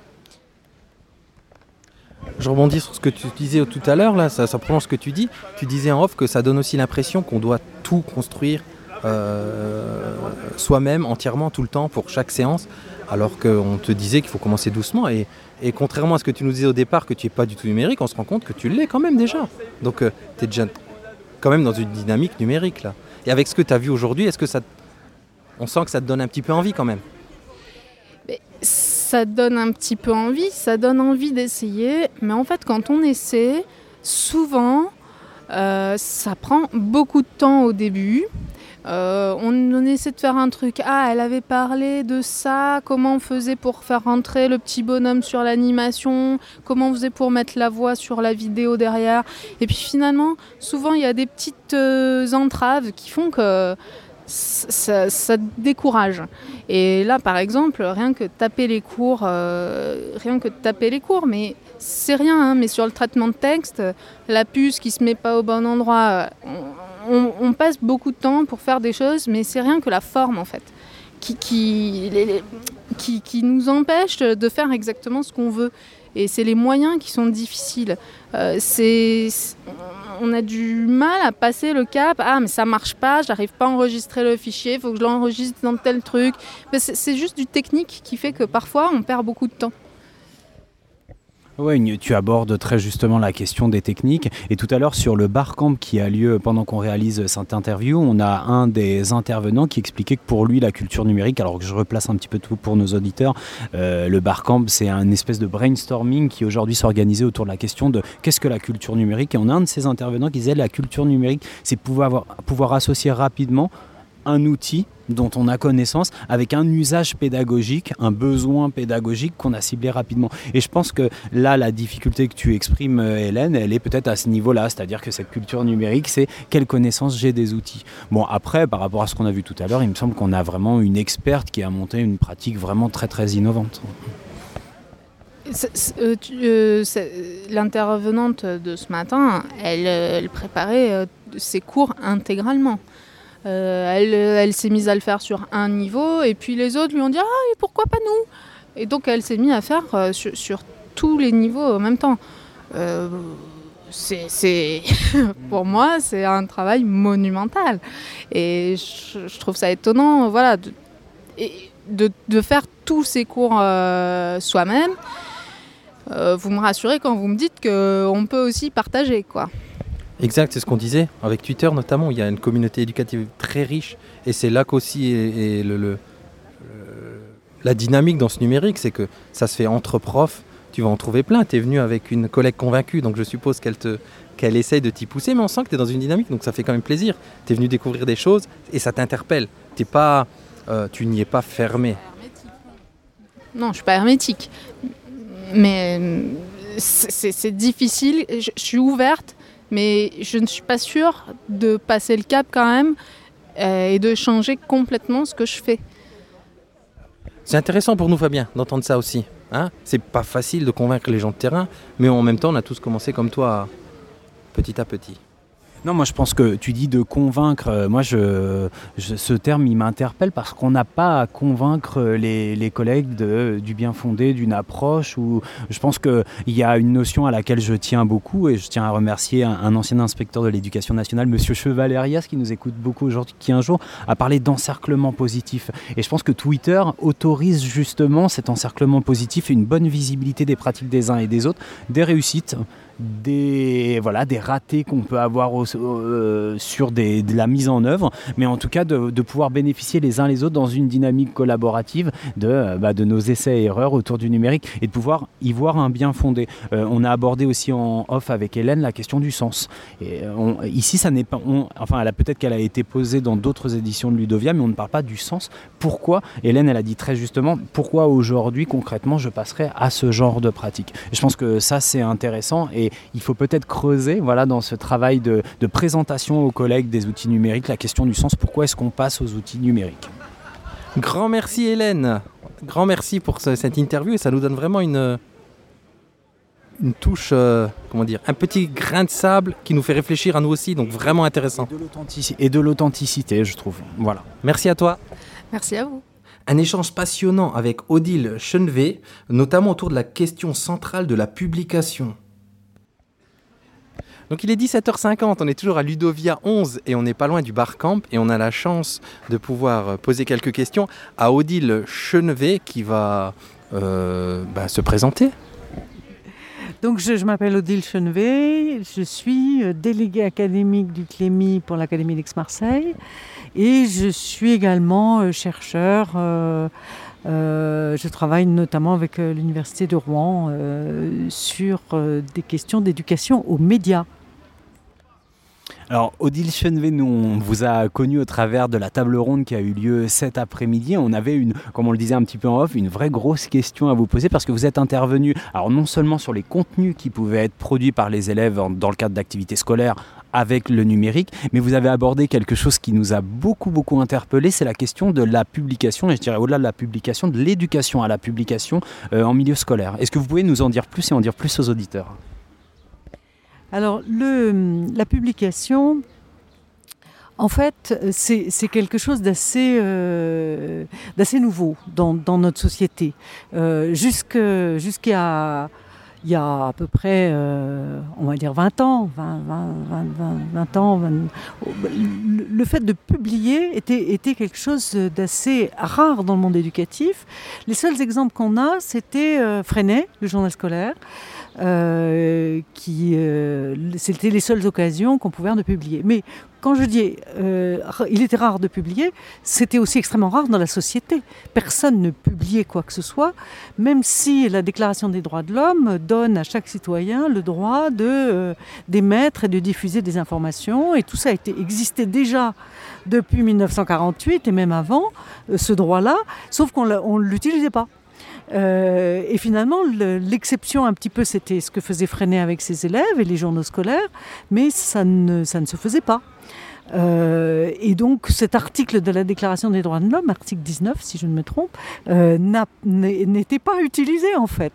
Je rebondis sur ce que tu disais tout à l'heure, là, ça, ça prolonge ce que tu dis. Tu disais en off que ça donne aussi l'impression qu'on doit tout construire euh, soi-même, entièrement, tout le temps, pour chaque séance, alors qu'on te disait qu'il faut commencer doucement. Et, et contrairement à ce que tu nous disais au départ, que tu n'es pas du tout numérique, on se rend compte que tu l'es quand même déjà. Donc euh, tu es déjà quand même dans une dynamique numérique, là. Et avec ce que tu as vu aujourd'hui, est-ce que ça, on sent que ça te donne un petit peu envie quand même? Mais ça donne un petit peu envie, ça donne envie d'essayer, mais en fait quand on essaie, souvent euh, ça prend beaucoup de temps au début. Euh, on, on essaie de faire un truc, ah elle avait parlé de ça, comment on faisait pour faire rentrer le petit bonhomme sur l'animation, comment on faisait pour mettre la voix sur la vidéo derrière, et puis finalement souvent il y a des petites euh, entraves qui font que Ça, ça décourage. Et là, par exemple, rien que taper les cours, euh, rien que taper les cours, mais c'est rien, hein, mais sur le traitement de texte, la puce qui se met pas au bon endroit, on, on, on passe beaucoup de temps pour faire des choses, mais c'est rien que la forme, en fait, qui, qui, les, les, qui, qui nous empêche de faire exactement ce qu'on veut. Et c'est les moyens qui sont difficiles. Euh, c'est, c'est, on a du mal à passer le cap. Ah, mais ça marche pas, j'arrive pas à enregistrer le fichier, il faut que je l'enregistre dans tel truc. Mais c'est, c'est juste du technique qui fait que parfois on perd beaucoup de temps. Oui, tu abordes très justement la question des techniques. Et tout à l'heure, sur le barcamp qui a lieu pendant qu'on réalise cette interview, on a un des intervenants qui expliquait que pour lui, la culture numérique, alors que je replace un petit peu tout pour nos auditeurs, euh, le barcamp, c'est un espèce de brainstorming qui aujourd'hui s'organisait autour de la question de qu'est-ce que la culture numérique. Et on a un de ces intervenants qui disait la culture numérique, c'est pouvoir, pouvoir associer rapidement un outil dont on a connaissance avec un usage pédagogique, un besoin pédagogique qu'on a ciblé rapidement. Et je pense que là, la difficulté que tu exprimes, Hélène, elle est peut-être à ce niveau-là, c'est-à-dire que cette culture numérique, c'est quelle connaissance j'ai des outils. Bon, après, par rapport à ce qu'on a vu tout à l'heure, il me semble qu'on a vraiment une experte qui a monté une pratique vraiment très très innovante. C'est, c'est, euh, tu, euh, c'est, l'intervenante de ce matin, elle, elle préparait euh, ses cours intégralement. Euh, elle, elle s'est mise à le faire sur un niveau et puis les autres lui ont dit « Ah, et pourquoi pas nous ?» Et donc elle s'est mise à faire euh, sur, sur tous les niveaux en même temps. Euh, c'est, c'est pour moi, c'est un travail monumental. Et je, je trouve ça étonnant, voilà, de, de, de faire tous ces cours euh, soi-même. Euh, vous me rassurez quand vous me dites qu'on peut aussi partager, quoi. Exact, c'est ce qu'on disait. Avec Twitter notamment, il y a une communauté éducative très riche. Et c'est là qu'aussi est, est le, le, le, la dynamique dans ce numérique, c'est que ça se fait entre profs. Tu vas en trouver plein. Tu es venu avec une collègue convaincue, donc je suppose qu'elle, te, qu'elle essaye de t'y pousser. Mais on sent que tu es dans une dynamique, donc ça fait quand même plaisir. Tu es venu découvrir des choses et ça t'interpelle. T'es pas, euh, tu n'y es pas fermé. Non, je ne suis pas hermétique. Mais c'est, c'est, c'est difficile. Je, je suis ouverte. Mais je ne suis pas sûre de passer le cap quand même euh, et de changer complètement ce que je fais. C'est intéressant pour nous, Fabien, d'entendre ça aussi. Hein, c'est pas facile de convaincre les gens de terrain, mais en même temps, on a tous commencé comme toi, petit à petit. Non, moi je pense que tu dis de convaincre, moi je, je, ce terme il m'interpelle parce qu'on n'a pas à convaincre les, les collègues de, du bien fondé d'une approche. Ou je pense qu'il y a une notion à laquelle je tiens beaucoup et je tiens à remercier un, un ancien inspecteur de l'éducation nationale, monsieur Chevalerias, qui nous écoute beaucoup aujourd'hui, qui un jour a parlé d'encerclement positif. Et je pense que Twitter autorise justement cet encerclement positif et une bonne visibilité des pratiques des uns et des autres, des réussites, des, voilà, des ratés qu'on peut avoir au, euh, sur des, de la mise en œuvre, mais en tout cas de, de pouvoir bénéficier les uns les autres dans une dynamique collaborative de, bah, de nos essais et erreurs autour du numérique et de pouvoir y voir un bien fondé. Euh, on a abordé aussi en off avec Hélène la question du sens. Et on, ici, ça n'est pas, on, enfin, elle a, peut-être qu'elle a été posée dans d'autres éditions de Ludovia, mais on ne parle pas du sens. Pourquoi ? Hélène, elle a dit très justement, pourquoi aujourd'hui, concrètement, je passerai à ce genre de pratique ? Et je pense que ça, c'est intéressant et il faut peut-être creuser, voilà, dans ce travail de, de présentation aux collègues des outils numériques, la question du sens. Pourquoi est-ce qu'on passe aux outils numériques ? Grand merci Hélène, grand merci pour ce, cette interview et ça nous donne vraiment une, une touche, euh, comment dire, un petit grain de sable qui nous fait réfléchir à nous aussi, donc vraiment intéressant. Et de l'authenticité, et de l'authenticité je trouve. Voilà. Merci à toi. Merci à vous. Un échange passionnant avec Odile Chenevet, notamment autour de la question centrale de la publication. Donc il est dix-sept heures cinquante, on est toujours à Ludovia onze et on n'est pas loin du barcamp et on a la chance de pouvoir poser quelques questions à Odile Chenevet qui va euh, bah, se présenter. Donc je, je m'appelle Odile Chenevet, je suis déléguée académique du Clémy pour l'Académie d'Aix-Marseille et je suis également chercheur. Euh, euh, je travaille notamment avec euh, l'Université de Rouen euh, sur euh, des questions d'éducation aux médias. Alors Odile Chenevet, nous on vous a connu au travers de la table ronde qui a eu lieu cet après-midi. On avait une, comme on le disait un petit peu en off, une vraie grosse question à vous poser parce que vous êtes intervenu, alors non seulement sur les contenus qui pouvaient être produits par les élèves dans le cadre d'activités scolaires avec le numérique, mais vous avez abordé quelque chose qui nous a beaucoup beaucoup interpellé, c'est la question de la publication, et je dirais au-delà de la publication, de l'éducation à la publication euh, en milieu scolaire. Est-ce que vous pouvez nous en dire plus et en dire plus aux auditeurs ? Alors, le, la publication, en fait, c'est, c'est quelque chose d'assez, euh, d'assez nouveau dans, dans notre société. Euh, jusque, jusqu'à il y a à peu près, euh, on va dire vingt ans, vingt, vingt, vingt, vingt ans, vingt, le, le fait de publier était, était quelque chose d'assez rare dans le monde éducatif. Les seuls exemples qu'on a, c'était euh, Freinet, le journal scolaire, euh, qui, euh, c'était les seules occasions qu'on pouvait avoir de publier. Mais quand je dis euh, il était rare de publier, c'était aussi extrêmement rare dans la société. Personne ne publiait quoi que ce soit, même si la Déclaration des droits de l'homme donne à chaque citoyen le droit de, euh, d'émettre et de diffuser des informations. Et tout ça a été, existait déjà depuis mille neuf cent quarante-huit et même avant, euh, ce droit-là, sauf qu'on ne l'utilisait pas. Euh, et finalement, le, l'exception un petit peu, c'était ce que faisait Freinet avec ses élèves et les journaux scolaires, mais ça ne, ça ne se faisait pas. Euh, et donc cet article de la Déclaration des droits de l'homme, article dix-neuf si je ne me trompe, euh, n'a, n'était pas utilisé en fait.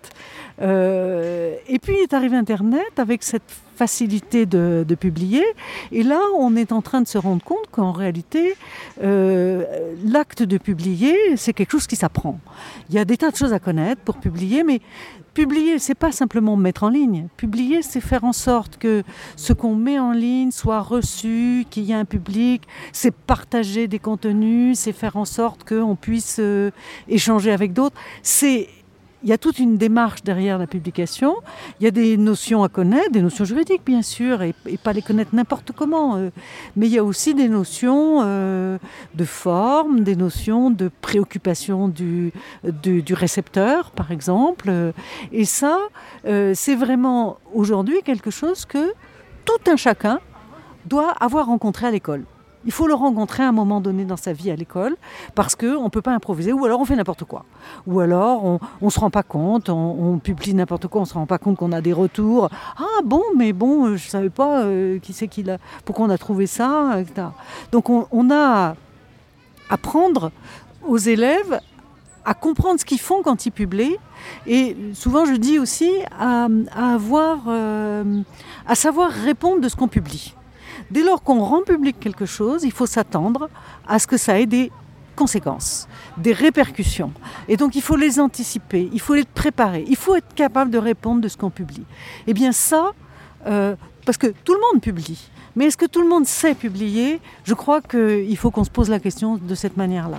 Euh, et puis est arrivé Internet avec cette facilité de, de publier, et là on est en train de se rendre compte qu'en réalité euh, l'acte de publier, c'est quelque chose qui s'apprend. Il y a des tas de choses à connaître pour publier, mais publier, c'est pas simplement mettre en ligne. Publier, c'est faire en sorte que ce qu'on met en ligne soit reçu, qu'il y ait un public, c'est partager des contenus, c'est faire en sorte qu'on puisse euh, échanger avec d'autres. C'est Il y a toute une démarche derrière la publication. Il y a des notions à connaître, des notions juridiques bien sûr, et, et pas les connaître n'importe comment. Euh, mais il y a aussi des notions euh, de forme, des notions de préoccupation du, du, du récepteur, par exemple. Et ça, euh, c'est vraiment aujourd'hui quelque chose que tout un chacun doit avoir rencontré à l'école. Il faut le rencontrer à un moment donné dans sa vie à l'école, parce qu'on ne peut pas improviser, ou alors on fait n'importe quoi. Ou alors on ne se rend pas compte, on, on publie n'importe quoi, on ne se rend pas compte qu'on a des retours. Ah bon, mais bon, je ne savais pas euh, qui c'est qui l'a, pourquoi on a trouvé ça, et cetera. Donc on, on a à apprendre aux élèves à comprendre ce qu'ils font quand ils publient. Et souvent je dis aussi à, à, avoir, euh, à savoir répondre de ce qu'on publie. Dès lors qu'on rend public quelque chose, il faut s'attendre à ce que ça ait des conséquences, des répercussions. Et donc il faut les anticiper, il faut les préparer, il faut être capable de répondre de ce qu'on publie. Et bien ça, euh, parce que tout le monde publie, mais est-ce que tout le monde sait publier ? Je crois qu'il faut qu'on se pose la question de cette manière-là.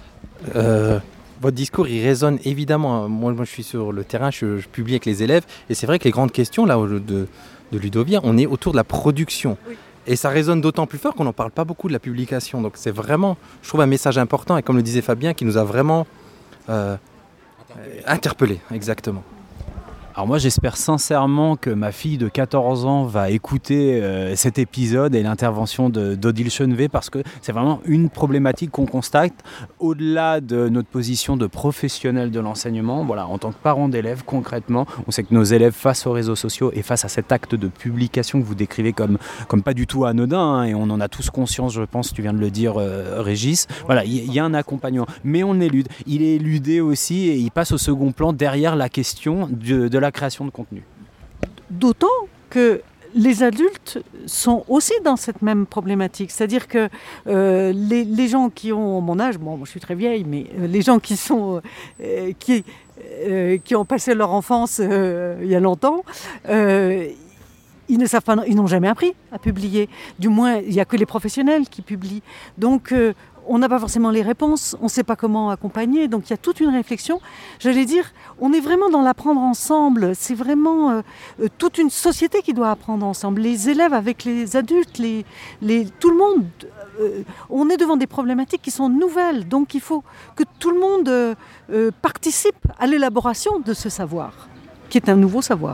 Euh... Votre discours, il résonne évidemment. Moi, moi, je suis sur le terrain, je, je publie avec les élèves. Et c'est vrai que les grandes questions là, de, de Ludovia, on est autour de la production. Oui. Et ça résonne d'autant plus fort qu'on n'en parle pas beaucoup de la publication. Donc c'est vraiment, je trouve, un message important. Et comme le disait Fabien, qui nous a vraiment euh, interpellés. Exactement. Alors moi j'espère sincèrement que ma fille de quatorze ans va écouter euh, cet épisode et l'intervention de, d'Odile Chenevet, parce que c'est vraiment une problématique qu'on constate au-delà de notre position de professionnel de l'enseignement. Voilà, en tant que parent d'élèves, concrètement, on sait que nos élèves face aux réseaux sociaux et face à cet acte de publication que vous décrivez comme, comme pas du tout anodin, hein, et on en a tous conscience, je pense, tu viens de le dire euh, Régis, voilà, il y, y a un accompagnement, mais on élude, il est éludé aussi et il passe au second plan derrière la question de, de la création de contenu. D'autant que les adultes sont aussi dans cette même problématique. C'est-à-dire que euh, les, les gens qui ont mon âge, bon, moi je suis très vieille, mais euh, les gens qui sont euh, qui, euh, qui ont passé leur enfance euh, il y a longtemps, euh, ils ne savent pas, ils n'ont jamais appris à publier. Du moins, il n'y a que les professionnels qui publient. Donc euh, on n'a pas forcément les réponses, on ne sait pas comment accompagner, donc il y a toute une réflexion. J'allais dire, on est vraiment dans l'apprendre ensemble, c'est vraiment euh, toute une société qui doit apprendre ensemble, les élèves avec les adultes, les, les, tout le monde. Euh, on est devant des problématiques qui sont nouvelles, donc il faut que tout le monde euh, euh, participe à l'élaboration de ce savoir, qui est un nouveau savoir.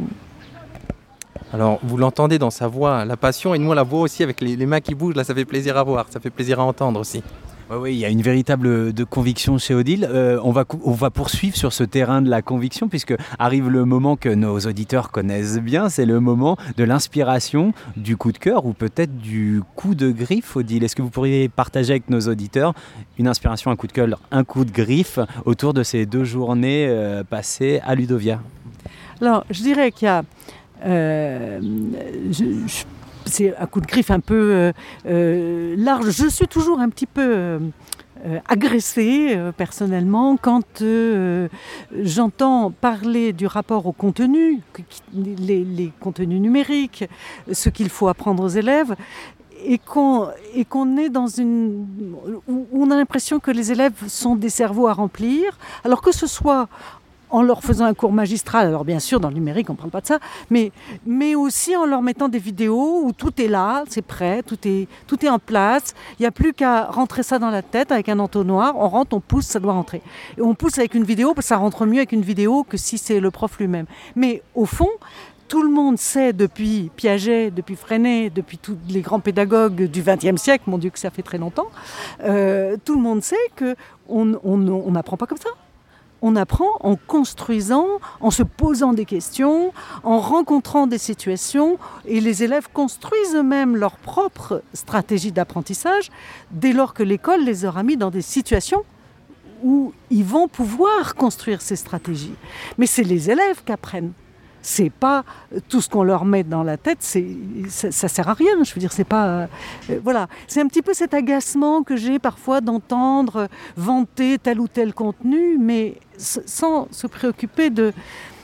Alors, vous l'entendez dans sa voix, la passion, et nous on la voit aussi avec les, les mains qui bougent, là ça fait plaisir à voir, ça fait plaisir à entendre aussi. Oui, oui, il y a une véritable de conviction chez Odile. Euh, on, va, on va poursuivre sur ce terrain de la conviction, puisque arrive le moment que nos auditeurs connaissent bien, c'est le moment de l'inspiration, du coup de cœur ou peut-être du coup de griffe, Odile. Est-ce que vous pourriez partager avec nos auditeurs une inspiration, un coup de cœur, un coup de griffe autour de ces deux journées euh, passées à Ludovia ? Alors, je dirais qu'il y a... Euh, je, je, c'est un coup de griffe un peu euh, euh, large. Je suis toujours un petit peu euh, euh, agressée euh, personnellement quand euh, j'entends parler du rapport au contenu, les, les contenus numériques, ce qu'il faut apprendre aux élèves. Et qu'on, et qu'on est dans une... où on a l'impression que les élèves sont des cerveaux à remplir, alors que ce soit en leur faisant un cours magistral. Alors bien sûr, dans le numérique, on ne parle pas de ça, mais, mais aussi en leur mettant des vidéos où tout est là, c'est prêt, tout est, tout est en place. Il n'y a plus qu'à rentrer ça dans la tête avec un entonnoir. On rentre, on pousse, ça doit rentrer. Et on pousse avec une vidéo, parce que ça rentre mieux avec une vidéo que si c'est le prof lui-même. Mais au fond, tout le monde sait depuis Piaget, depuis Freinet, depuis tous les grands pédagogues du vingtième siècle, mon Dieu que ça fait très longtemps, euh, tout le monde sait qu'on n'apprend pas comme ça. On apprend en construisant, en se posant des questions, en rencontrant des situations, et les élèves construisent eux-mêmes leur propre stratégie d'apprentissage dès lors que l'école les aura mis dans des situations où ils vont pouvoir construire ces stratégies. Mais c'est les élèves qui apprennent. C'est pas tout ce qu'on leur met dans la tête, c'est, ça, ça sert à rien. Je veux dire, c'est pas, euh, voilà, c'est un petit peu cet agacement que j'ai parfois d'entendre vanter tel ou tel contenu, mais sans se préoccuper de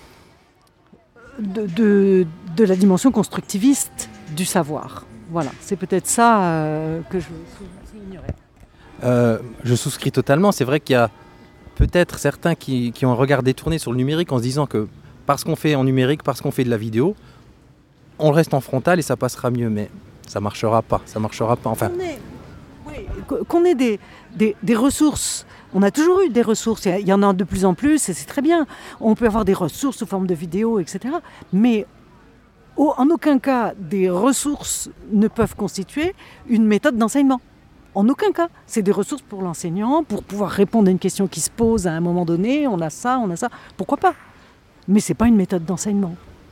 de, de, de la dimension constructiviste du savoir. Voilà, c'est peut-être ça euh, que je soulignerais. Euh, je souscris totalement. C'est vrai qu'il y a peut-être certains qui, qui ont un regard détourné sur le numérique en se disant que parce qu'on fait en numérique, parce qu'on fait de la vidéo, on reste en frontal et ça passera mieux. Mais ça ne marchera pas. Ça marchera pas. Enfin, qu'on ait, oui, qu'on ait des, des, des ressources. On a toujours eu des ressources. Il y en a de plus en plus et c'est très bien. On peut avoir des ressources sous forme de vidéos, et cetera. Mais au, en aucun cas, des ressources ne peuvent constituer une méthode d'enseignement. En aucun cas. C'est des ressources pour l'enseignant, pour pouvoir répondre à une question qui se pose à un moment donné. On a ça, on a ça. Pourquoi pas ? Mais ce n'est pas une méthode d'enseignement.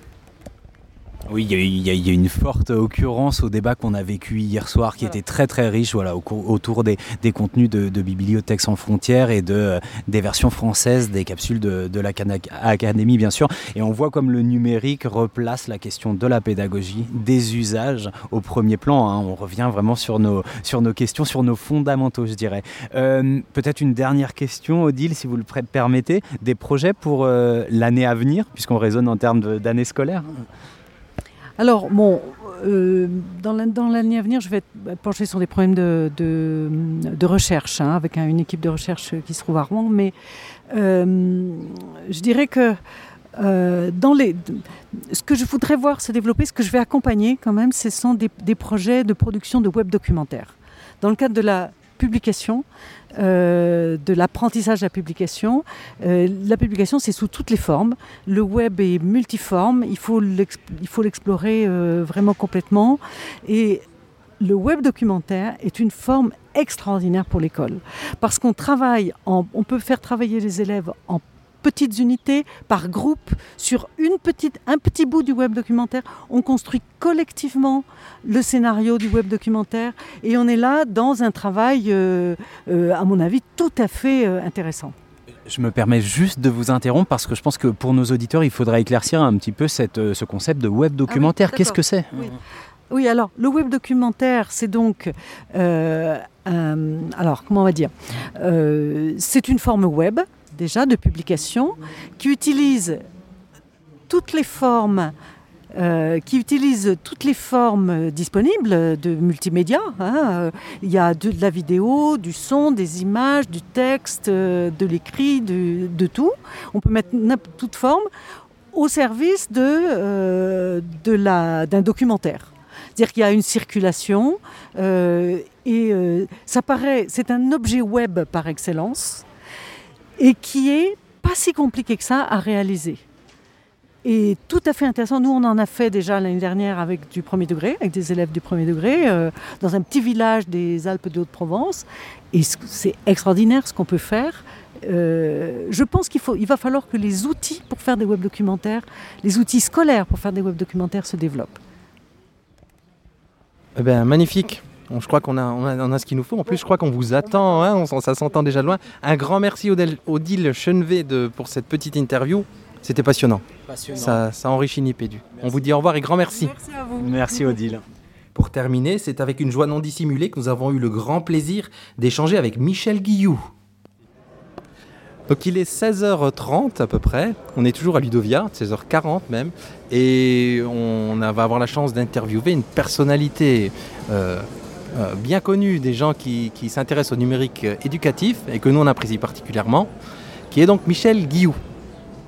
Oui, il y, y, y a une forte occurrence au débat qu'on a vécu hier soir qui voilà. était très très riche voilà, au, autour des, des contenus de, de Bibliothèques sans frontières et de, des versions françaises des capsules de, de l'Académie bien sûr. Et on voit comme le numérique replace la question de la pédagogie, des usages au premier plan. Hein. On revient vraiment sur nos, sur nos questions, sur nos fondamentaux je dirais. Euh, peut-être une dernière question Odile si vous le permettez. Des projets pour euh, l'année à venir puisqu'on raisonne en termes de, d'année scolaire. Alors, bon, euh, dans, la, dans l'année à venir, je vais être pencher sur des problèmes de, de, de recherche, hein, avec un, une équipe de recherche qui se trouve à Rouen. Mais euh, je dirais que euh, dans les, ce que je voudrais voir se développer, ce que je vais accompagner quand même, ce sont des, des projets de production de web documentaires. Dans le cadre de la publication, euh, de l'apprentissage de la publication. Euh, la publication, c'est sous toutes les formes. Le web est multiforme, il faut, l'ex- il faut l'explorer euh, vraiment complètement. Et le web documentaire est une forme extraordinaire pour l'école. Parce qu'on travaille, en, on peut faire travailler les élèves en petites unités, par groupe, sur une petite, un petit bout du web documentaire. On construit collectivement le scénario du web documentaire et on est là dans un travail, euh, euh, à mon avis, tout à fait euh, intéressant. Je me permets juste de vous interrompre parce que je pense que pour nos auditeurs, il faudra éclaircir un petit peu cette, ce concept de web documentaire. Ah oui, qu'est-ce que c'est ? Oui. Oui, alors le web documentaire, c'est donc, euh, un, alors comment on va dire, euh, c'est une forme web déjà de publication qui utilise toutes les formes, euh, qui utilise toutes les formes disponibles de multimédia. Hein. Il y a de, de la vidéo, du son, des images, du texte, euh, de l'écrit, de, de tout. On peut mettre toute forme au service de, euh, de la, d'un documentaire. C'est-à-dire qu'il y a une circulation euh, et euh, ça paraît, c'est un objet web par excellence et qui est pas si compliqué que ça à réaliser. Et tout à fait intéressant. Nous, on en a fait déjà l'année dernière avec du premier degré, avec des élèves du premier degré, euh, dans un petit village des Alpes de Haute-Provence. Et c'est extraordinaire ce qu'on peut faire. Euh, je pense qu'il faut, il va falloir que les outils pour faire des web documentaires, les outils scolaires pour faire des web documentaires se développent. Eh ben, magnifique. Bon, je crois qu'on a, on a, on a ce qu'il nous faut. En plus, je crois qu'on vous attend. Hein, on, ça s'entend déjà de loin. Un grand merci Odile, Odile Chenevet de, pour cette petite interview. C'était passionnant. passionnant. Ça, ça enrichit Nipédu. On vous dit au revoir et grand merci. Merci à vous. Merci Odile. Pour terminer, c'est avec une joie non dissimulée que nous avons eu le grand plaisir d'échanger avec Michel Guilloux. Donc il est seize heures trente à peu près, on est toujours à Ludovia, seize heures quarante même, et on va avoir la chance d'interviewer une personnalité euh, euh, bien connue des gens qui, qui s'intéressent au numérique éducatif et que nous on apprécie particulièrement, qui est donc Michel Guilloux.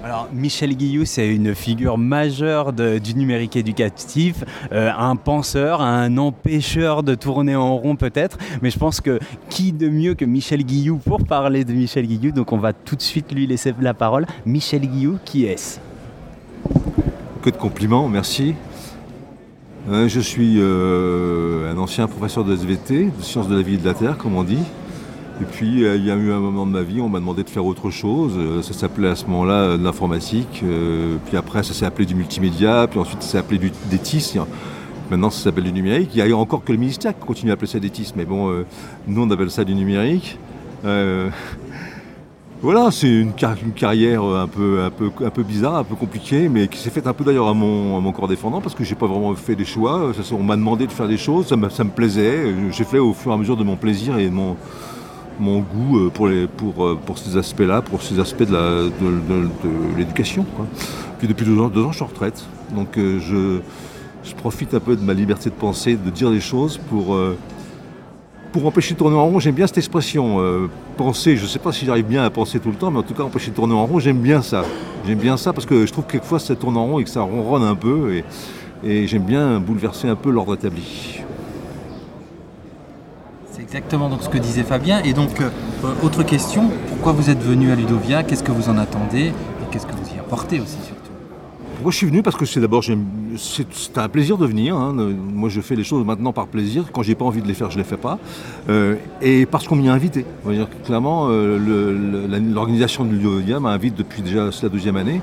Alors Michel Guilloux, c'est une figure majeure de, du numérique éducatif, euh, un penseur, un empêcheur de tourner en rond peut-être, mais je pense que qui de mieux que Michel Guilloux pour parler de Michel Guilloux, donc on va tout de suite lui laisser la parole. Michel Guilloux, qui est-ce ? Que de compliments, merci. Euh, je suis euh, un ancien professeur de S V T, de sciences de la vie et de la terre, comme on dit. Et puis euh, il y a eu un moment de ma vie, on m'a demandé de faire autre chose. Euh, ça s'appelait à ce moment-là euh, de l'informatique. Euh, puis après, ça s'est appelé du multimédia. Puis ensuite, ça s'est appelé du, des T I S. Maintenant, ça s'appelle du numérique. Il y a encore que le ministère qui continue à appeler ça des T I S. Mais bon, euh, nous, on appelle ça du numérique. Euh, voilà, c'est une, car- une carrière un peu, un, peu, un peu bizarre, un peu compliquée, mais qui s'est faite un peu d'ailleurs à mon, à mon corps défendant, parce que j'ai pas vraiment fait des choix. Ça, on m'a demandé de faire des choses, ça me, ça me plaisait. J'ai fait au fur et à mesure de mon plaisir et de mon... mon goût pour, les, pour, pour ces aspects-là, pour ces aspects de, la, de, de, de l'éducation, quoi. Puis depuis deux ans, deux ans, je suis en retraite. Donc euh, je, je profite un peu de ma liberté de penser, de dire des choses pour, euh, pour empêcher de tourner en rond. J'aime bien cette expression. Euh, penser, je ne sais pas si j'arrive bien à penser tout le temps, mais en tout cas empêcher de tourner en rond, j'aime bien ça. J'aime bien ça parce que je trouve que quelquefois ça tourne en rond et que ça ronronne un peu. Et, et j'aime bien bouleverser un peu l'ordre établi. C'est exactement donc ce que disait Fabien. Et donc, euh, autre question, pourquoi vous êtes venu à Ludovia ? Qu'est-ce que vous en attendez ? Et qu'est-ce que vous y apportez aussi, surtout ? Pourquoi je suis venu ? Parce que c'est d'abord, j'aime, c'est, c'est un plaisir de venir. Hein. Moi, je fais les choses maintenant par plaisir. Quand j'ai pas envie de les faire, je les fais pas. Euh, et parce qu'on m'y a invité. On va dire que clairement, euh, le, le, l'organisation de Ludovia m'invite depuis déjà c'est la deuxième année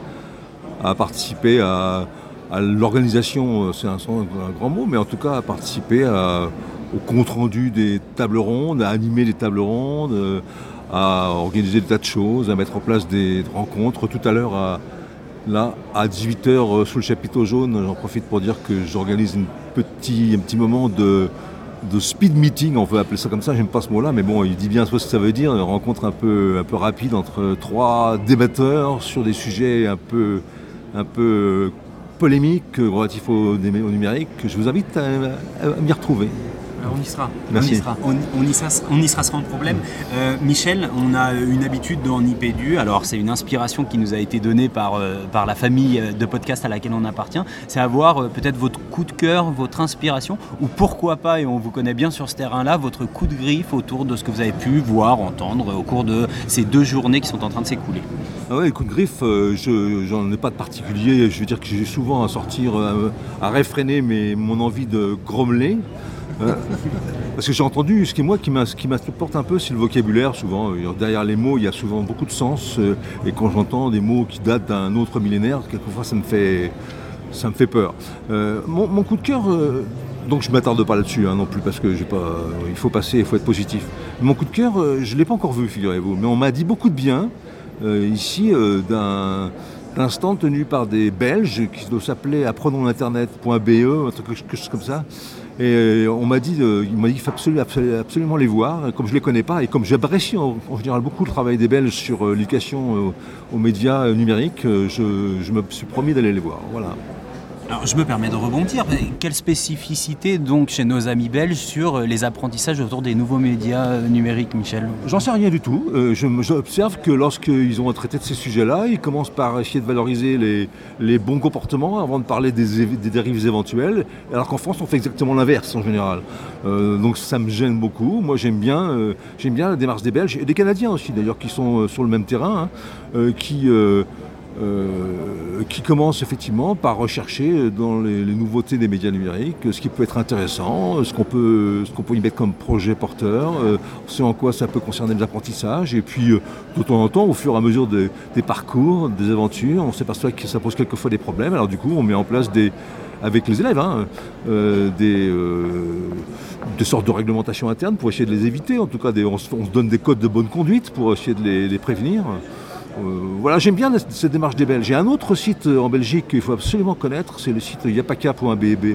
à participer à, à l'organisation. C'est un, un grand mot, mais en tout cas à participer à au compte-rendu des tables rondes, à animer les tables rondes, à organiser des tas de choses, à mettre en place des rencontres. Tout à l'heure, à, là, à dix-huit heures, sous le chapiteau jaune, j'en profite pour dire que j'organise une petit, un petit moment de, de speed meeting, on peut appeler ça comme ça, j'aime pas ce mot-là, mais bon, il dit bien ce que ça veut dire, une rencontre un peu, un peu rapide entre trois débatteurs sur des sujets un peu, un peu polémiques relatifs au, au numérique. Je vous invite à, à m'y retrouver. On y sera. Merci. On y sera. On, on y sera, on y sera sans problème. Euh, Michel, on a une habitude dans Nipédu. Alors, c'est une inspiration qui nous a été donnée par, euh, par la famille de podcasts à laquelle on appartient. C'est avoir euh, peut-être votre coup de cœur, votre inspiration, ou pourquoi pas, et on vous connaît bien sur ce terrain-là, votre coup de griffe autour de ce que vous avez pu voir, entendre au cours de ces deux journées qui sont en train de s'écouler. Ah ouais, coup de griffe, euh, je, j'en ai pas de particulier. Je veux dire que j'ai souvent à sortir, euh, à réfréner mes, mon envie de grommeler. Euh, parce que j'ai entendu, ce qui est moi qui, m'a, qui m'apporte un peu, c'est le vocabulaire souvent. Derrière les mots, il y a souvent beaucoup de sens. Euh, et quand j'entends des mots qui datent d'un autre millénaire, quelquefois ça me fait, ça me fait peur. Euh, mon, mon coup de cœur, euh, donc je ne m'attarde pas là-dessus hein, non plus, parce que j'ai pas, euh, il faut passer, il faut être positif. Mon coup de cœur, euh, je ne l'ai pas encore vu, figurez-vous, mais on m'a dit beaucoup de bien euh, ici euh, d'un... un stand tenu par des Belges qui doit s'appeler apprenons l'internet point b e, un truc quelque chose comme ça. Et on m'a dit, euh, il m'a dit qu'il faut absolument, absolument les voir, comme je ne les connais pas, et comme j'apprécie en, en général beaucoup le travail des Belges sur euh, l'éducation euh, aux médias euh, numériques, euh, je, je me suis promis d'aller les voir. Voilà. Alors, je me permets de rebondir. Quelle spécificité donc chez nos amis belges sur les apprentissages autour des nouveaux médias numériques, Michel ? J'en sais rien du tout. Euh, je, j'observe que lorsqu'ils ont traité de ces sujets-là, ils commencent par essayer de valoriser les, les bons comportements avant de parler des, des dérives éventuelles, alors qu'en France, on fait exactement l'inverse en général. Euh, donc ça me gêne beaucoup. Moi, j'aime bien, euh, j'aime bien la démarche des Belges et des Canadiens aussi, d'ailleurs, qui sont euh, sur le même terrain, hein, euh, qui... Euh, Euh, qui commence effectivement par rechercher dans les, les nouveautés des médias numériques ce qui peut être intéressant, ce qu'on peut, ce qu'on peut y mettre comme projet porteur, euh, ce en quoi ça peut concerner les apprentissages, et puis euh, de temps en temps, au fur et à mesure des, des parcours, des aventures, on s'aperçoit que ça pose quelquefois des problèmes, alors du coup on met en place des, avec les élèves, hein, euh, des, euh, des sortes de réglementations internes pour essayer de les éviter, en tout cas des, on, se, on se donne des codes de bonne conduite pour essayer de les, les prévenir. Euh, voilà, j'aime bien cette démarche des Belges. J'ai un autre site en Belgique qu'il faut absolument connaître, c'est le site yapaka point b e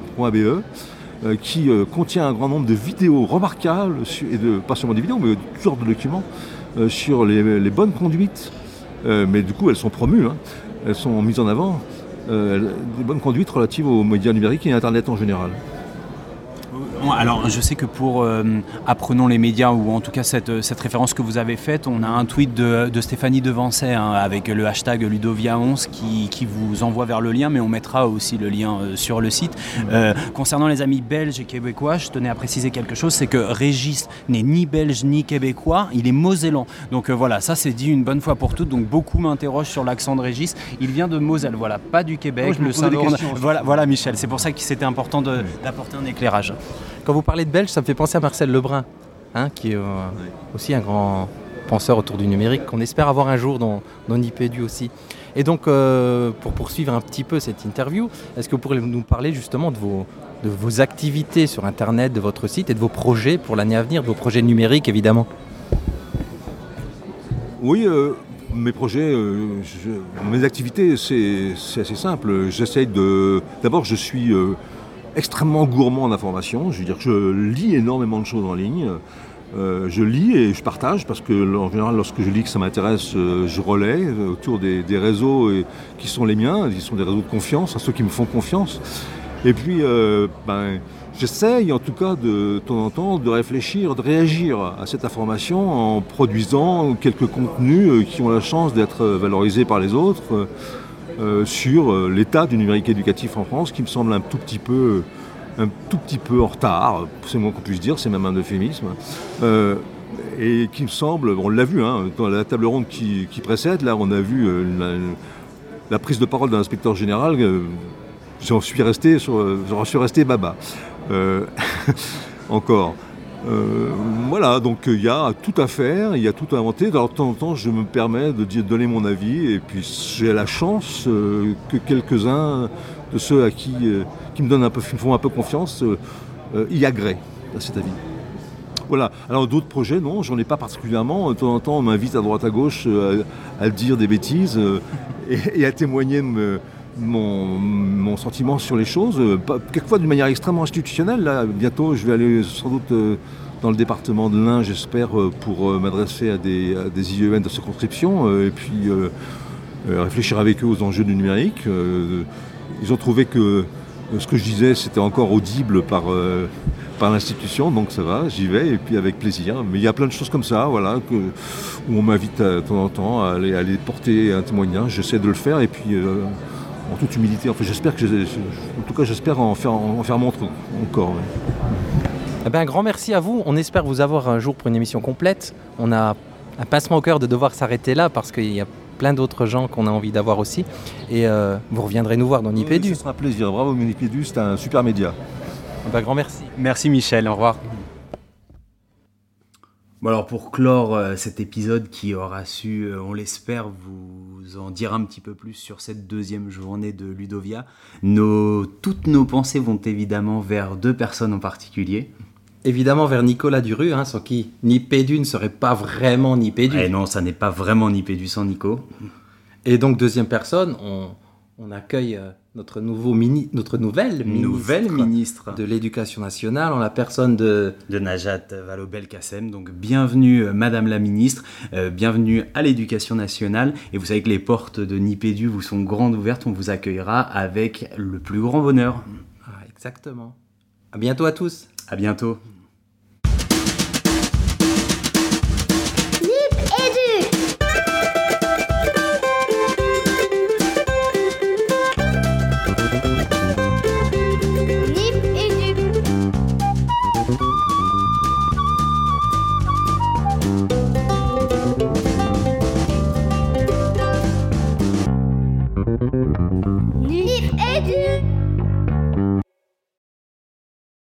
euh, qui euh, contient un grand nombre de vidéos remarquables, et de, pas seulement des vidéos, mais de toutes sortes de documents euh, sur les, les bonnes conduites. Euh, mais du coup, elles sont promues, hein, elles sont mises en avant, euh, des bonnes conduites relatives aux médias numériques et à Internet en général. Alors, je sais que pour euh, Apprenons les médias, ou en tout cas cette, cette référence que vous avez faite, on a un tweet de, de Stéphanie Devancet hein, avec le hashtag Ludovia onze qui, qui vous envoie vers le lien, mais on mettra aussi le lien euh, sur le site. Euh, concernant les amis belges et québécois, je tenais à préciser quelque chose, c'est que Régis n'est ni belge ni québécois, il est mosellan. Donc euh, voilà, ça c'est dit une bonne fois pour toutes. Donc beaucoup m'interrogent sur l'accent de Régis. Il vient de Moselle, voilà, pas du Québec, oh, le Saint-Laurent. Voilà, voilà Michel, c'est pour ça que c'était important de, d'apporter un éclairage. Quand vous parlez de belge, ça me fait penser à Marcel Lebrun, hein, qui est euh, aussi un grand penseur autour du numérique, qu'on espère avoir un jour dans, dans Nipédu aussi. Et donc, euh, pour poursuivre un petit peu cette interview, est-ce que vous pourriez nous parler justement de vos, de vos activités sur Internet, de votre site et de vos projets pour l'année à venir, de vos projets numériques évidemment? Oui, euh, mes projets, euh, je, mes activités, c'est, c'est assez simple. J'essaye de... D'abord, je suis euh, extrêmement gourmand en information. Je veux dire que je lis énormément de choses en ligne. Euh, je lis et je partage parce que en général lorsque je lis que ça m'intéresse, euh, je relaie euh, autour des, des réseaux et, qui sont les miens, qui sont des réseaux de confiance, à ceux qui me font confiance. Et puis euh, ben, j'essaye en tout cas de, de temps en temps de réfléchir, de réagir à cette information en produisant quelques contenus euh, qui ont la chance d'être valorisés par les autres euh, euh, sur euh, l'état du numérique éducatif en France qui me semble un tout petit peu... Euh, un tout petit peu en retard, c'est le moins qu'on puisse dire, c'est même un euphémisme, euh, et qui me semble, on l'a vu, hein, dans la table ronde qui, qui précède, là on a vu euh, la, la prise de parole d'un inspecteur général, euh, j'en suis resté, sur, j'en suis resté baba, euh, encore. Euh, voilà, donc il y a tout à faire, il y a tout à inventer. Alors de temps en temps, je me permets de dire, donner mon avis, et puis j'ai la chance euh, que quelques-uns de ceux à qui, euh, qui me donnent un peu, me font un peu confiance, euh, euh, y agréent à cet avis. Voilà. Alors d'autres projets, non, j'en ai pas particulièrement. De temps en temps, on m'invite à droite à gauche euh, à, à dire des bêtises euh, et, et à témoigner de mon, mon sentiment sur les choses. Euh, quelquefois d'une manière extrêmement institutionnelle. Là, bientôt, je vais aller sans doute euh, dans le département de l'Ain, j'espère, euh, pour euh, m'adresser à des, à des I E N de circonscription euh, et puis euh, euh, réfléchir avec eux aux enjeux du numérique. Euh, Ils ont trouvé que ce que je disais, c'était encore audible par, euh, par l'institution, donc ça va, j'y vais, et puis avec plaisir. Mais il y a plein de choses comme ça, voilà, que, où on m'invite à, de temps en temps à aller, à aller porter un témoignage. J'essaie de le faire, et puis euh, en toute humilité, enfin, j'espère que, je, en tout cas, j'espère en faire, en faire montre encore. Ouais. Eh ben, un grand merci à vous. On espère vous avoir un jour pour une émission complète. On a un pincement au cœur de devoir s'arrêter là, parce qu'il y a plein d'autres gens qu'on a envie d'avoir aussi. Et euh, vous reviendrez nous voir dans Nipédu. Oui, ce sera un plaisir. Bravo Nipédu, c'est un super média. Un grand merci. Merci Michel, au revoir. Bon alors pour clore euh, cet épisode qui aura su, euh, on l'espère, vous en dire un petit peu plus sur cette deuxième journée de Ludovia, nos, toutes nos pensées vont évidemment vers deux personnes en particulier. Évidemment vers Nicolas Duru, hein, sans qui Nipédu ne serait pas vraiment Nipédu. Et non, ça n'est pas vraiment Nipédu sans Nico. Et donc deuxième personne, on, on accueille euh, notre, nouveau mini, notre nouvelle, nouvelle ministre, ministre de l'Éducation nationale, en la personne de... de Najat Vallaud-Belkacem. Donc bienvenue euh, Madame la ministre, euh, bienvenue à l'Éducation nationale. Et vous savez que les portes de Nipédu vous sont grandes ouvertes, on vous accueillera avec le plus grand bonheur. Ah, exactement. À bientôt à tous. À bientôt. Nip Edu.